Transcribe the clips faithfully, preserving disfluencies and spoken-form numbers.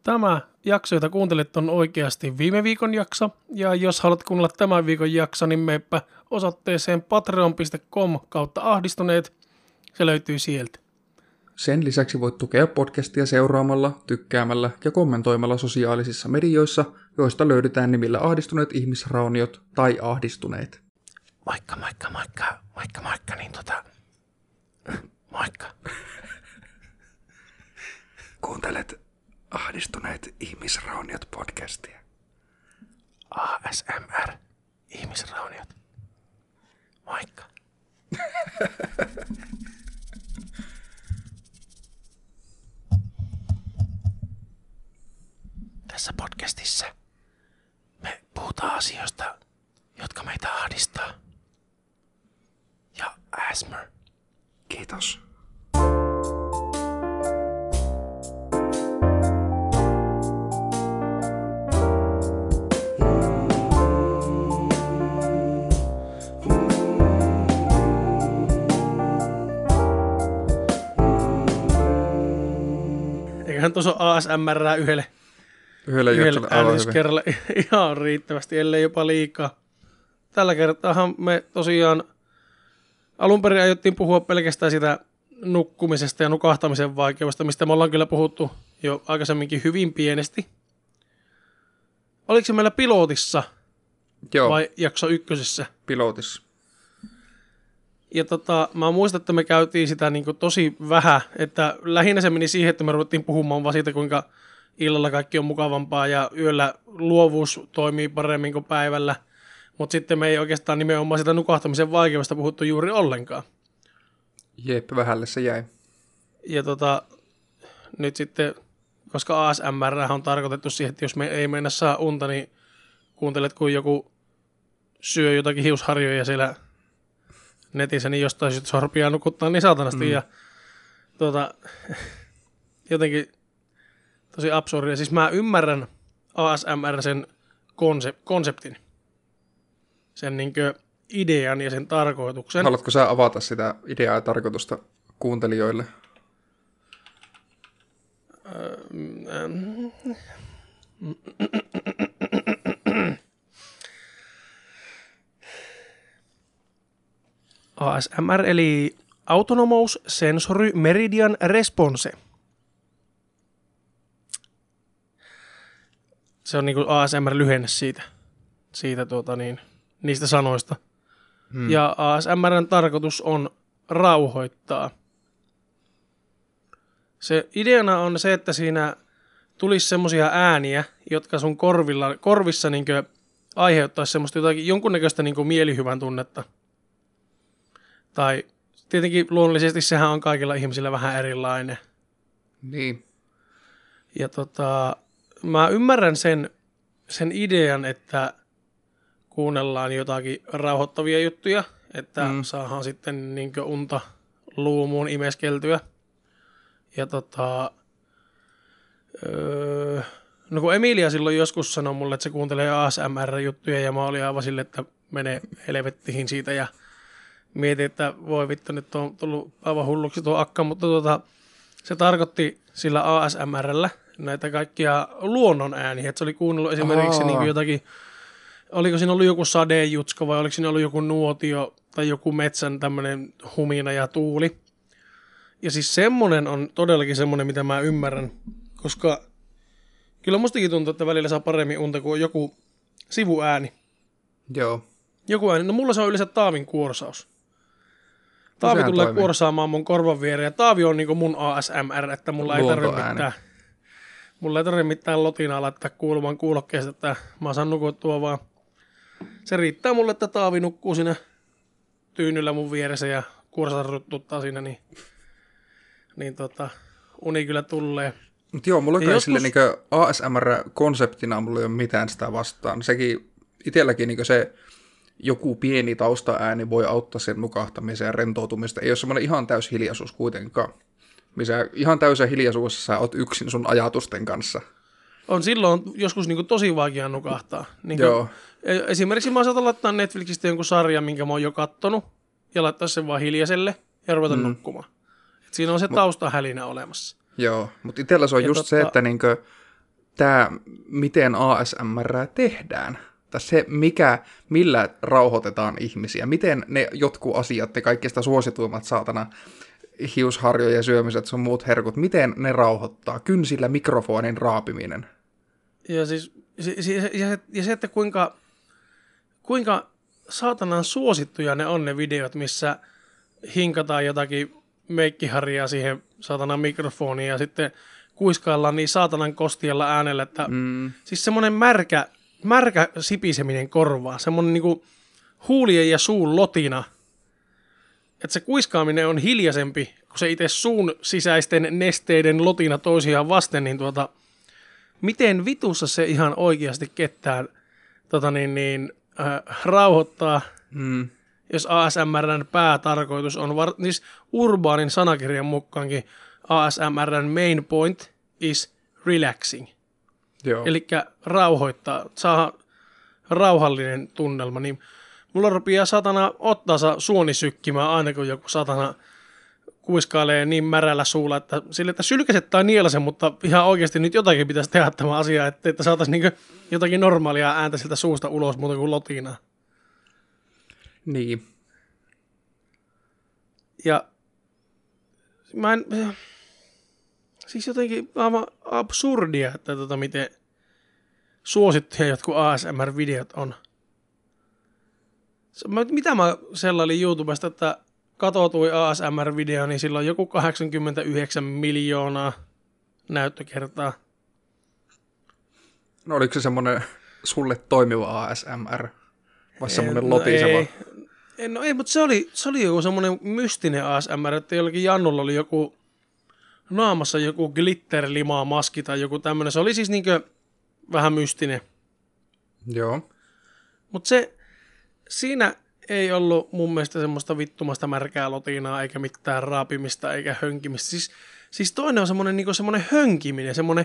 Tämä jakso, jota kuuntelet, on oikeasti viime viikon jakso. Ja jos haluat kuunnella tämän viikon jakso, niin meepä osoitteeseen patreon piste com kautta ahdistuneet. Se löytyy sieltä. Sen lisäksi voit tukea podcastia seuraamalla, tykkäämällä ja kommentoimalla sosiaalisissa medioissa, joista löydetään nimillä ahdistuneet ihmisrauniot tai ahdistuneet. Moikka, moikka, moikka, moikka, moikka, niin tota... Moikka. Kuuntelet ahdistuneet ihmisrauniot podcastia. A S M R, ihmisrauniot. Moikka. Tässä podcastissa me puhutaan asioista, jotka meitä ahdistaa. Ja A S M R. Kiitos. Eiköhän tuossa ole A S M R yhdelle, Yhdellä yhdelle äänityskerralla ihan riittävästi, ellei jopa liikaa. Tällä kertaahan me tosiaan alun perin aiottiin puhua pelkästään sitä nukkumisesta ja nukahtamisen vaikeudesta, mistä me ollaan kyllä puhuttu jo aikaisemminkin hyvin pienesti. Oliko se meillä pilotissa Joo. vai jakso ykkösessä? Pilotissa. Ja tota, mä muistan, että me käytiin sitä niin kuin tosi vähän, että lähinnä se meni siihen, että me ruvettiin puhumaan vaan siitä, kuinka illalla kaikki on mukavampaa ja yöllä luovuus toimii paremmin kuin päivällä. Mutta sitten me ei oikeastaan nimenomaan sitä nukahtamisen vaikeudesta puhuttu juuri ollenkaan. Jep, vähälle se jäi. Ja tota, nyt sitten, koska A S M R on tarkoitettu siihen, että jos me ei mennä saa unta, niin kuuntelet, kun joku syö jotakin hiusharjoja siellä netissä, niin jostain syystä sorpia nukuttaa niin saatanasti. Mm. Ja tota, jotenkin tosi absurdia. Siis mä ymmärrän A S M R sen konsep- konseptin. Sen niinkö idean ja sen tarkoituksen. Haluatko sä avata sitä ideaa ja tarkoitusta kuuntelijoille? A S M R eli Autonomous Sensory Meridian Response. Se on niinku A S M R-lyhenne siitä, siitä tuota niin, niistä sanoista. Hmm. Ja A S M R:n tarkoitus on rauhoittaa. Se ideana on se, että siinä tulisi semmoisia ääniä, jotka sun korvilla, korvissa niin aiheuttaisi semmoista jotakin, jonkunnäköistä niin mielihyvän tunnetta. Tai tietenkin luonnollisesti sehän on kaikilla ihmisillä vähän erilainen. Niin. Ja tota, mä ymmärrän sen, sen idean, että kuunnellaan jotakin rauhoittavia juttuja, että mm. saadaan sitten niin unta luumuun imeskeltyä. Ja tota, öö, no kun Emilia silloin joskus sanoi mulle, että se kuuntelee A S M R-juttuja ja mä olin aivan sille, että menee helvettihin siitä ja mietin, että voi vittu, nyt on tullut aivan hulluksi tuo akka, mutta tuota, se tarkoitti sillä A S M R:llä näitä kaikkia luonnon ääniä, että se oli kuunnellut esimerkiksi niin kuin jotakin, oliko siinä ollut joku sadejutska vai oliko siinä ollut joku nuotio tai joku metsän tämmöinen humina ja tuuli. Ja siis semmonen on todellakin semmonen, mitä mä ymmärrän, koska kyllä mustakin tuntuu, että välillä saa paremmin unta kuin joku sivuääni. Joo. Joku ääni, no mulla se on yleensä Taavin kuorsaus. Taavi Sehän tulee toimii. kuorsaamaan mun korvan viereen ja Taavi on niinku mun A S M R, että mulla ei tarvitse mitään, mulla ei tarvitse mitään lotinaa laittaa kuulumaan kuulokkeesta, että mä saan nukuttua vaan. Se riittää mulle, että Taavi nukkuu siinä tyynyllä mun vieressä ja kuorsaruttaa siinä, niin, niin tota, uni kyllä tulee. Mutta joo, mulla on kai joskus... sille niin A S M R-konseptina mulla ei ole mitään sitä vastaan. Sekin itselläkin niin se joku pieni taustaääni voi auttaa sen nukahtamiseen ja rentoutumista. Ei ole semmoinen ihan täys hiljaisuus kuitenkaan. Missä ihan täysin hiljaisuudessa sä oot yksin sun ajatusten kanssa. On silloin joskus niin kuin tosi vaikea nukahtaa. Niin kuin, Joo. Esimerkiksi mä saatan laittaa Netflixistä jonkun sarjan, minkä mä oon jo kattonut, ja laittaa sen vaan hiljaiselle ja ruveta mm. nukkumaan. Et siinä on se taustahälinä olemassa. Joo, mutta itsellä se on ja just totta... se, että niinkö, tämä, miten A S M R tehdään. Tai se, mikä, millä rauhoitetaan ihmisiä. Miten ne jotkut asiat, ne kaikista suosituimmat saatana hiusharjojen syömiset, sun muut herkut, miten ne rauhoittaa? Kynsillä mikrofonin raapiminen. Ja siis ja se, ja se että kuinka, kuinka saatanan suosittuja ne on ne videot, missä hinkataan jotakin meikkiharjaa siihen saatanan mikrofoniin ja sitten kuiskaillaan niin saatanan kostialla äänellä, että mm. siis semmoinen märkä, märkä sipiseminen korvaa, semmoinen niinku huulien ja suun lotina, että se kuiskaaminen on hiljaisempi kuin se itse suun sisäisten nesteiden lotina toisiaan vasten, niin tuota, miten vitussa se ihan oikeasti ketään tota niin, niin, äh, rauhoittaa, mm. jos A S M R:n päätarkoitus on, var- siis urbaanin sanakirjan mukaankin A S M R:n main point is relaxing. Eli rauhoittaa, saa rauhallinen tunnelma, niin mulla rupeaa satana ottaa suoni sykkimään aina kun joku satana kuiskailee niin märällä suulla, että sille, että sylkäset tai nielasen, mutta ihan oikeasti nyt jotakin pitäisi tehdä tämä asia, että, että saataisiin niin jotakin normaalia ääntä siltä suusta ulos muuta kuin lotinaa. Niin. Ja mä en, siis jotenkin aivan absurdia, että tota miten suosittuja jotkut A S M R-videot on. Mitä mä sellailin YouTubesta, että katotui A S M R-video, niin sillä on joku kahdeksankymmentäyhdeksän miljoonaa näyttökertaa. No oliko se semmoinen sulle toimiva A S M R? Vai semmoinen lotiseva? No ei, no ei, mutta se oli, se oli joku semmoinen mystinen A S M R, että jollakin Jannulla oli joku naamassa joku glitterlimaa maski tai joku tämmöinen. Se oli siis niinkö vähän mystinen. Joo. Mutta se, siinä ei ollut mun mielestä semmoista vittumasta märkää lotinaa, eikä mitään raapimista, eikä hönkimistä. Siis, siis toinen on semmoinen niinku semmoinen hönkiminen, semmoinen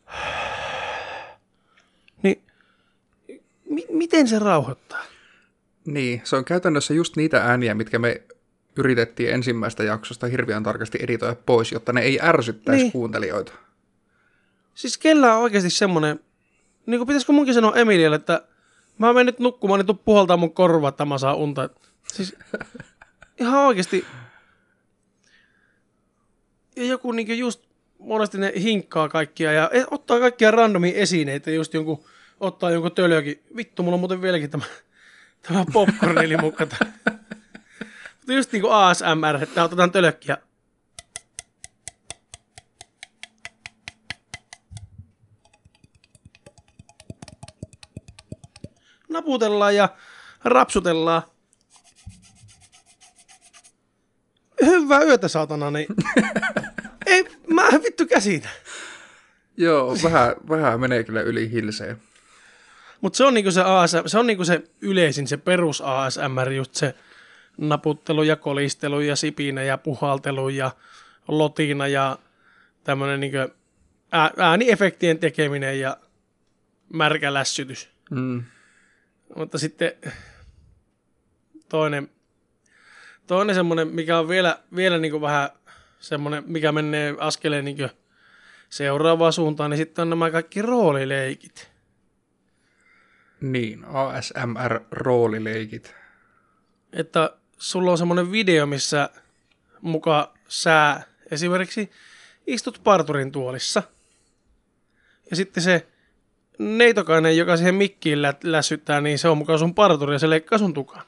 niin mi- miten se rauhoittaa? Niin, se on käytännössä just niitä ääniä, mitkä me yritettiin ensimmäistä jaksosta hirveän tarkasti editoida pois, jotta ne ei ärsyttäisi niin kuuntelijoita. Siis kellä on oikeasti semmoinen, niin kuin pitäisikö munkin sanoa Emilialle, että mä menen nyt nukkumaan, niin tuu puhaltaa mun korva, että mä saan unta. Siis ihan oikeasti. Ja joku niin just monesti ne hinkkaa kaikkia ja ottaa kaikkia randomia esineitä, just jonkun, ottaa jonkun töljökin. Vittu, mulla on muuten vieläkin tämä, tämä popcornili-mukka. Mutta just niin kuin A S M R, että otetaan tölökkiä. Naputellaan ja rapsutellaan. Hyvää yötä, saatana, niin ei, mä vittu käsitä. Joo, vähän, vähän menee kyllä yli hilseen. Mutta se on niinku se A S M R, se on niinku se yleisin, se perus A S M R, just se naputtelu ja kolistelu ja sipinä ja puhaltelu ja lotina ja tämmönen niinku ääniefektien tekeminen ja märkä lässytys. Mm. Mutta sitten toinen, toinen semmoinen, mikä on vielä, vielä niinku vähän semmoinen, mikä menee askeleen niinku seuraavaan suuntaan, niin sitten on nämä kaikki roolileikit. Niin, A S M R-roolileikit. Että sulla on semmoinen video, missä muka sä esimerkiksi istut parturin tuolissa. Ja sitten se neitokainen, joka siihen mikkiin lä- lässyttää, niin se on mukaan sun parturi ja se leikkaa sun tukan.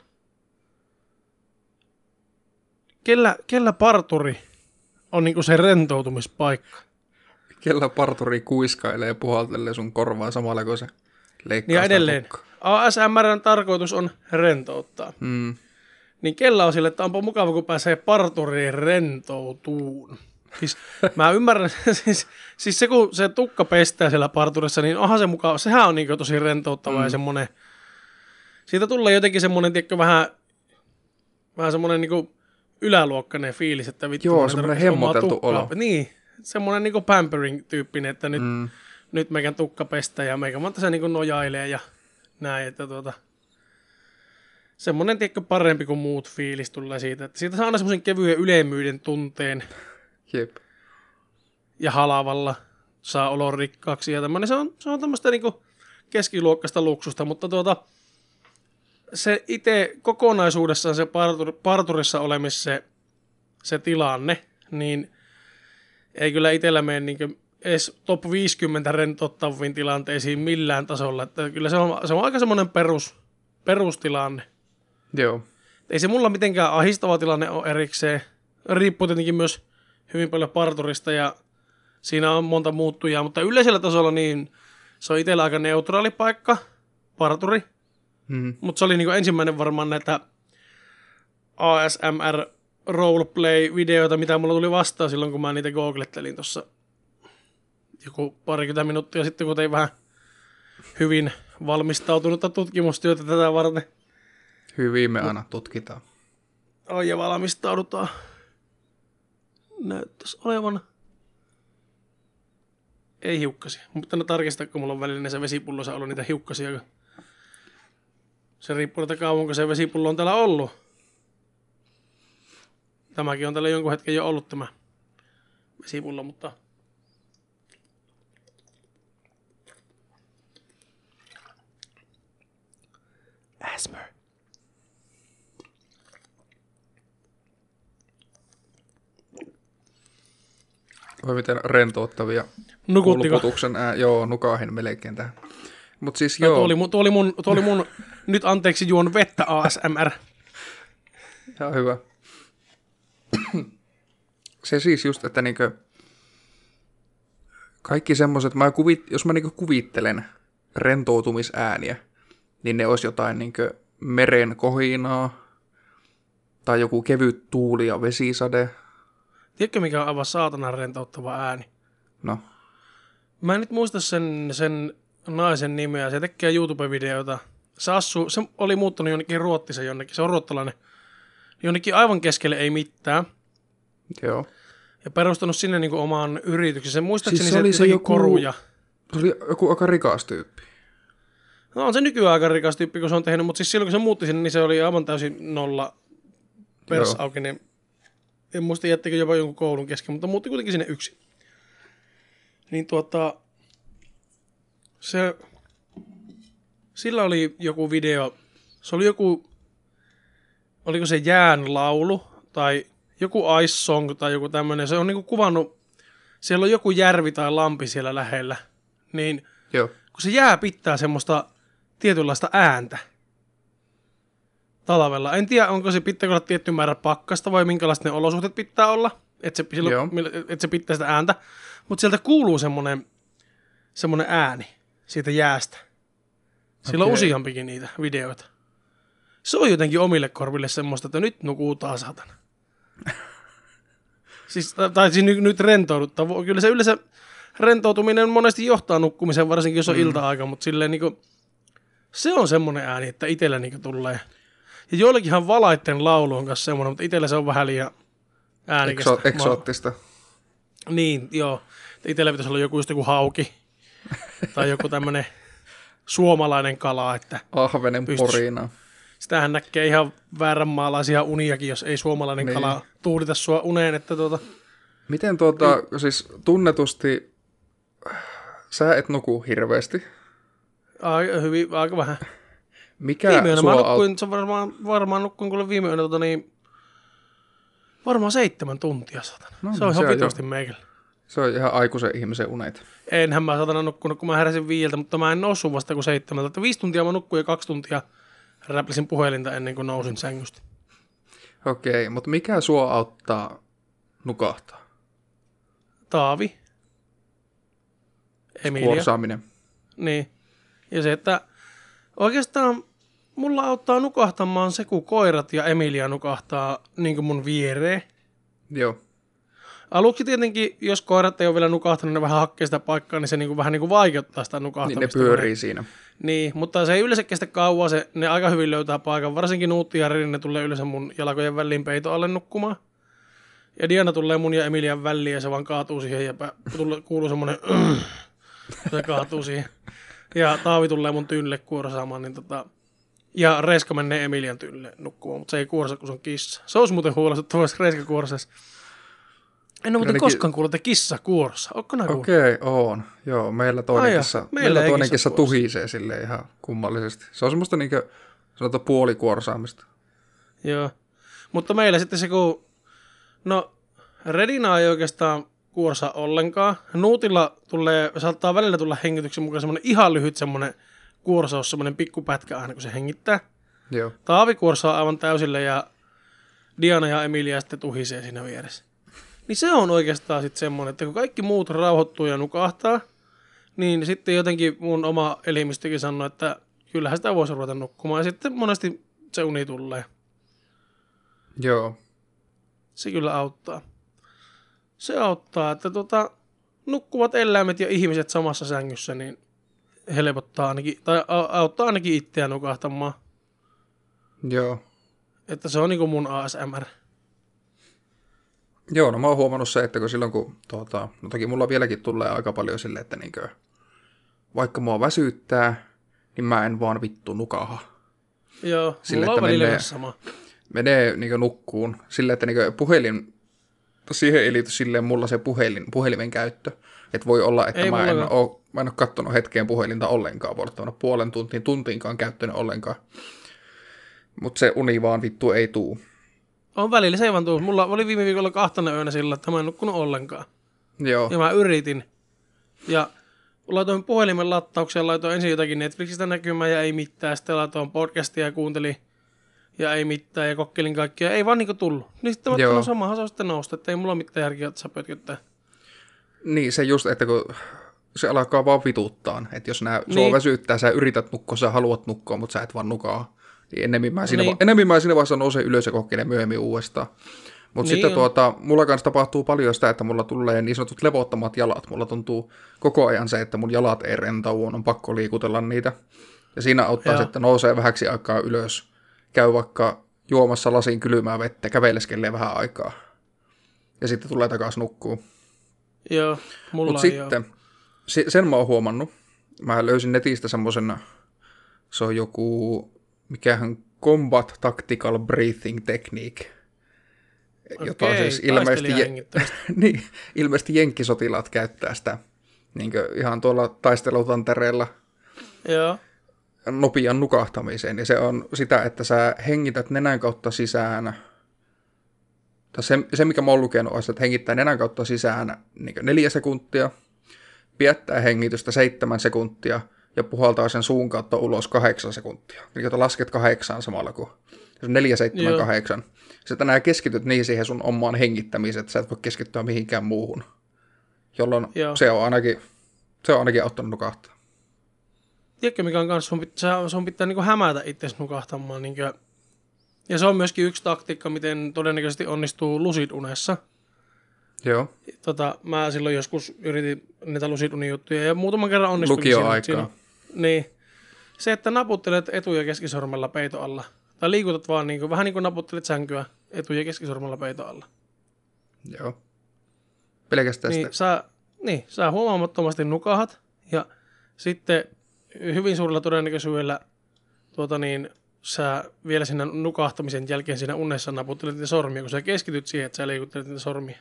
Kellä, kellä parturi on niinku se rentoutumispaikka? Kellä parturi kuiskailee ja puhaltelee sun korvaa samalla, kun se leikkaa ja edelleen, tukkaa. A S M R:n tarkoitus on rentouttaa. Mm. Niin kellä on sille, että onpa mukava, kun pääsee parturiin rentoutuun. Siis mä ymmärrän, siis, siis se kun se tukka pestää siellä parturissa, niin onhan se mukava, sehän on niin tosi rentouttava mm. ja semmoinen, siitä tulee jotenkin semmoinen, tiedätkö, vähän, vähän semmoinen niin yläluokkainen fiilis, että vittu. Joo, semmoinen hemmoteltu olo. Niin, semmoinen niin pampering-tyyppinen, että nyt, mm. nyt meikän tukka pestää ja meikän monta se niin nojailee ja näin, että tuota, semmoinen, tiedätkö, parempi kuin muut fiilis tulee siitä, että siitä saa aina semmoisen kevyen ylemmyyden tunteen. Jep. Ja halavalla saa olon rikkaaksi ja tämmöinen. Se on, se on tämmöistä niinku keskiluokkaista luksusta, mutta tuota, se itse kokonaisuudessaan se partur, parturissa olemis se, se tilanne, niin ei kyllä itsellä mene niinku edes top viisikymmentä rentouttaviin tilanteisiin millään tasolla. Että kyllä se on, se on aika semmoinen perus, perustilanne. Joo. Ei se mulla mitenkään ahistava tilanne ole erikseen. Riippuu tietenkin myös hyvin paljon parturista ja siinä on monta muuttujaa, mutta yleisellä tasolla niin se on itsellä aika neutraali paikka, parturi. Mm. Mutta se oli niinku ensimmäinen varmaan näitä A S M R roleplay-videoita, mitä mulla tuli vastaan silloin, kun mä niitä googlettelin tuossa joku parikymmentä minuuttia sitten, kun tein vähän hyvin valmistautunutta tutkimustyötä tätä varten. Hyvin me aina tutkitaan. Oi, ja valmistaudutaan. Näyttäisi olevan. Ei hiukkasia. Mutta ne tarkistaa, kun mulla on välillä se vesipullossa ollut niitä hiukkasia. Se riippuu, että kauanko se vesipullo on täällä ollut. Tämäkin on täällä jonkun hetken jo ollut tämä vesipullo, mutta... Asmer. Voi miten rentouttavia kuluputuksen ää, joo, nukahin melkein tähän. Mut siis no, joo. Tuo oli mun, tuo oli mun, tuo oli mun nyt anteeksi juon vettä A S M R. Ihan hyvä. Se siis just, että niinkö kaikki semmoiset, mä kuvit, jos mä niinkö kuvittelen rentoutumisääniä, niin ne olisi jotain niinkö meren kohinaa tai joku kevyt tuuli ja vesisade. Tiedätkö, mikä on aivan saatanan rentouttava ääni? No. Mä en nyt muista sen, sen naisen nimeä. Se tekee YouTube-videoita. Se, asuu, se oli muuttanut jonnekin Ruotsissa jonnekin. Se on ruottalainen. Jonnekin aivan keskelle ei mitään. Joo. Ja perustanut sinne niinku omaan yrityksen. Se muistaakseni siis se, se oli se joku, koruja. Se oli joku aika rikas tyyppi. No on se nykyään aika rikas tyyppi, kun se on tehnyt. Mutta siis silloin, kun se muutti sinne, niin se oli aivan täysin nolla pers auki. Niin en muista jättikö jopa jonkun koulun kesken, mutta muutti kuitenkin sinne yksi. Niin tuota, se, sillä oli joku video, se oli joku, oliko se jään laulu, tai joku Ice Song, tai joku tämmöinen, se on niinku kuvannut, siellä on joku järvi tai lampi siellä lähellä, niin Joo. kun se jää pitää semmoista tietynlaista ääntä talvella. En tiedä, onko se pitääkö olla tietty määrä pakkasta vai minkälaiset ne olosuhteet pitää olla, että se, silloin, että se pitää sitä ääntä. Mutta sieltä kuuluu semmoinen, semmoinen ääni siitä jäästä. Sillä on Okei. useampikin niitä videoita. Se on jotenkin omille korville semmoista, että nyt nukutaan satana. siis, tai siis nyt, nyt rentouduttaa. Kyllä se yleensä rentoutuminen monesti johtaa nukkumiseen, varsinkin jos on mm. ilta-aika, mutta silleen niinku, se on semmoinen ääni, että itsellä niinku tulee. Ja joillekinhan valaitten laulu on kanssa semmoinen, mutta itsellä se on vähän liian äänikästä. Ekso- eksoottista. Niin, joo. Itsellä pitäisi olla joku just joku hauki tai joku tämmöinen suomalainen kala, että Ahvenen pystyisi. porina. Sitähän näkee ihan vääränmaalaisia uniakin, jos ei suomalainen niin. kala tuudita sua uneen, että tuota... Miten tuota, siis tunnetusti sä et nuku hirveästi. Aika, hyvin, aika vähän. Mikä viime yönä mä sua nukkuin, aut... se varmaan, varmaan nukkuin kuule viime yönä, tota niin, varmaan seitsemän tuntia satana. No, se on se ihan on vitusti meikällä. Se on ihan aikuisen ihmisen unet. Enhän mä satana nukkunut, kun mä heräsin viieltä, mutta mä en noussut vasta kuin seitsemältä. Että viisi tuntia mä nukkuin ja kaksi tuntia räplisin puhelinta ennen kuin nousin sängystä. Okei, mutta mikä sua auttaa nukahtaa? Taavi. Emilia. Kuorsaaminen. Niin. Ja se, että oikeastaan mulla auttaa nukahtamaan se, kun koirat ja Emilia nukahtaa niin kuin mun viereen. Joo. Aluksi tietenkin, jos koirat ei ole vielä nukahtanut, ne vähän hakkee sitä paikkaa, niin se niin kuin vähän niin kuin vaikeuttaa sitä nukahtamista. Niin ne pyörii siinä. Niin, mutta se ei yleensä kestä kauan, se, ne aika hyvin löytää paikan. Varsinkin Nuutti ja Rini, ne tulee yleensä mun jalkojen väliin peito alle nukkumaan. Ja Diana tulee mun ja Emilian väliin ja se vaan kaatuu siihen ja tulee, kuuluu semmonen se kaatuu siihen. Ja Taavi tulee mun tyynille kuorsaamaan, niin tota... Ja Reiska menee Emilian tyynille nukkumaan, mutta se ei kuorsa, kun se on kissa. Se olisi muuten huolestuttava, jos Reiska kuorsaisi. En ole muuten Ainakin... koskaan kuullut, että kissa kuorossa. Ootko nää kuullut? Okei, okay, on. Joo, meillä toinen Ai kissa, meillä meillä ei toinen kissa kissa kuorossa. tuhisee silleen ihan kummallisesti. Se on semmoista niinkö, sanotaan puolikuorsaamista. Joo. Mutta meillä sitten se, kun... No, Redina ei oikeastaan kuorsaa ollenkaan. Nuutilla tulee, saattaa välillä tulla hengityksen mukaan semmoinen ihan lyhyt semmoinen kuorsaus, semmoinen pikkupätkä aina, kun se hengittää. Joo. Taavi kuorsaa aivan täysille ja Diana ja Emilia sitten tuhisee siinä vieressä. Niin se on oikeastaan sitten semmoinen, että kun kaikki muut rauhoittuu ja nukahtaa, niin sitten jotenkin mun oma elimistökin sanoo, että kyllähän sitä voisi ruveta nukkumaan. Ja sitten monesti se uni tulee. Joo. Se kyllä auttaa. Se auttaa, että tota, nukkuvat eläimet ja ihmiset samassa sängyssä, niin helpottaa ainakin, tai auttaa ainakin itseä nukahtamaan. Joo. Että se on niinku mun A S M R. Joo, no mä oon huomannut se, että kun silloin kun, tuota, no toki mulla vieläkin tulee aika paljon silleen, että niinkö, vaikka mua väsyttää, niin mä en vaan vittu nukaha. Joo, Sille, mulla on välillä menee, myös sama. menee niinkö nukkuun silleen, että niinkö puhelin, siihen ei liity silleen mulla se puhelin, puhelimen käyttö. Että voi olla, että Ei mä en, mulla oo, mä en ole kattonut hetkeen puhelinta ollenkaan, voi olla puolen tuntiin, tuntiinkaan käyttänyt ollenkaan. Mutta se uni vaan vittu ei tuu. On välillä, se ei vaan tuu. Mulla oli viime viikolla kahtana yönä sillä, että mä en nukkunut ollenkaan. Joo. Ja mä yritin. Ja laitoin puhelimen lattauksia, laitoin ensin jotakin Netflixistä näkymään ja ei mitään. Sitten laitoin podcastia ja kuuntelin ja ei mitään ja kokkelin kaikkia. Ei vaan niinku tullut. Niin sitten mä ajattelin, no samahan se on sitten nousta, että ei mulla mitään järkeä, että sä pötköttää. Niin, se just, että kun se alkaa vaan vituttaa. Että jos nää, Niin. sua väsyttää, sä yrität nukkua, sä haluat nukkua, mutta sä et vaan nukaa. Niin ennemmin mä siinä, Niin. Va- ennemmin mä siinä vaiheessa nousen ylös ja kokkelen myöhemmin uudestaan. Mutta Niin sitten on. tuota, mulla kanssa tapahtuu paljon sitä, että mulla tulee niin sanotut levottomat jalat. Mulla tuntuu koko ajan se, että mun jalat ei rentaudu, on pakko liikutella niitä. Ja siinä auttaa Joo. se, että nousee vähäksi aikaa ylös. Käy vaikka juomassa lasin kylmää vettä, käveleskelee vähän aikaa. Ja sitten tulee takaisin nukkuun. Joo, mulla Mutta ei oo. sitten, se- sen mä oon huomannut. Mä löysin netistä semmoisen, se on joku, mikähän Combat Tactical Breathing Technique. Jota Okei, siis ilmeisesti, je- taistelijahengittämistä. niin, ilmeisesti jenkkisotilaat käyttää sitä niin ihan tuolla taistelutantereella Joo, nopean nukahtamiseen. Ja se on sitä, että sä hengität nenän kautta sisään, tai se, se mikä mä oon lukenut, on se, että hengittää nenän kautta sisään niin neljä sekuntia, pidättää hengitystä seitsemän sekuntia ja puhaltaa sen suun kautta ulos kahdeksan sekuntia. Eli jota lasket kahdeksaan samalla kuin se on neljä, seitsemän, Joo. kahdeksan. Sitten nää keskityt niin siihen sun omaan hengittämiseen, että sä et voi keskittyä mihinkään muuhun. Jolloin Joo. se on ainakin, se on ainakin auttanut nukahtaa. tiedätkö mikä on kanssa, sun pitää, sun pitää niinku hämätä itsesi nukahtamaan. Niinku. Ja se on myöskin yksi taktiikka, miten todennäköisesti onnistuu lucid-unessa. Joo. Tota, mä silloin joskus yritin niitä lucid-unijuttuja ja muutaman kerran onnistuin. siinä, Lukioaikaa. siinä- Niin. Se, että naputtelet etu- ja keskisormella peito alla. Tai liikutat vaan niinku, vähän niin kuin naputtelet sänkyä etu- ja keskisormella peito alla. Joo. Pelkästään Niin sitä. sä, niin, sä huomaamattomasti nukahat ja sitten hyvin suurella todennäköisyydellä tuota niin, sä vielä siinä nukahtamisen jälkeen siinä unessa naputtelet niitä sormia, kun sä keskityt siihen, että sä liikuttelet niitä sormia.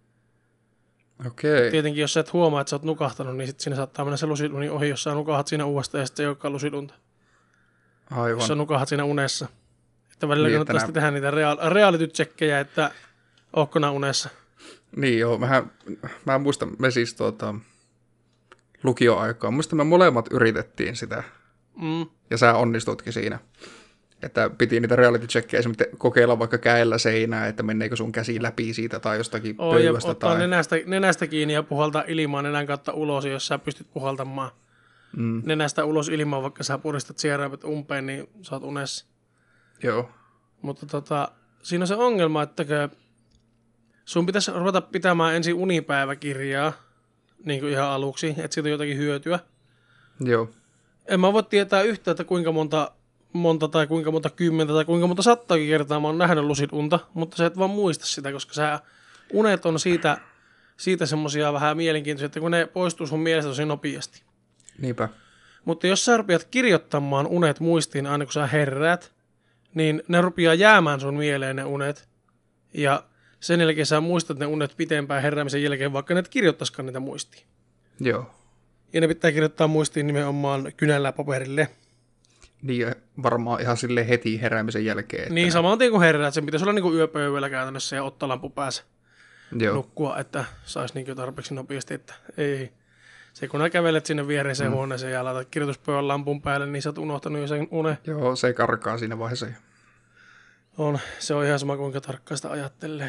Okei. Tietenkin, jos sä et huomaa, että sä oot nukahtanut, niin sit siinä saattaa mennä se lusiduni ohi, jos sä nukahat siinä uudestaan ja sitten se ei olekaan lusidunta. Aivan. Jos sä nukahat siinä unessa. Että välillä Niin, kannattaa että sitten tehdä niitä reaal- reality-tsekkejä, että ootko nää unessa. Niin joo, mähän, mä muistan, me siis tuota, lukioaikaa, muistan me molemmat yritettiin sitä, Mm. ja sä onnistutkin siinä. Että piti niitä reality-checkejä esimerkiksi kokeilla vaikka käellä seinää, että menneekö sun käsi läpi siitä tai jostakin Oo, ja pöydästä. ottaa Tai... nenästä, nenästä kiinni ja puhaltaa ilmaa nenän kautta ulos, jos sä pystyt puhaltamaan Mm, nenästä ulos ilmaa, vaikka sä puristat sieraimet umpeen, niin sä oot unessa. joo, Mutta tota, siinä on se ongelma, että sun pitäisi ruveta pitämään ensin unipäiväkirjaa, niin kuin ihan aluksi, että siitä on jotakin hyötyä. joo, En mä voi tietää yhtään, että kuinka monta, monta tai kuinka monta kymmentä tai kuinka monta sattaakin kertaa mä oon nähnyt lucid-unta, mutta sä et vaan muista sitä, koska sä unet on siitä, siitä semmosia vähän mielenkiintoisia, että kun ne poistuu sun mielestä tosi nopeasti. niinpä. Mutta jos sä rupeat kirjoittamaan unet muistiin aina kun sä herräät, niin ne rupeaa jäämään sun mieleen ne unet. Ja sen jälkeen sä muistat ne unet pitempään heräämisen jälkeen, vaikka ne et kirjoittaisikaan niitä muistiin. Joo. Ja ne pitää kirjoittaa muistiin nimenomaan kynällä paperille. Niin ja varmaan ihan sille heti heräämisen jälkeen. Että Niin, saman tien kun heräät, sen pitäisi olla niin yöpöydällä käytännössä ja ottaa lampu päässä Joo. nukkua, että saisi niin tarpeeksi nopeasti, että ei. Se kun kävelet sinne viereiseen mm. huoneeseen ja laitat kirjoituspöydän lampun päälle, niin sä oot unohtanut jo sen unen. Joo, se karkaa siinä vaiheessa. On, se on ihan sama kuinka tarkkaan sitä ajattelee.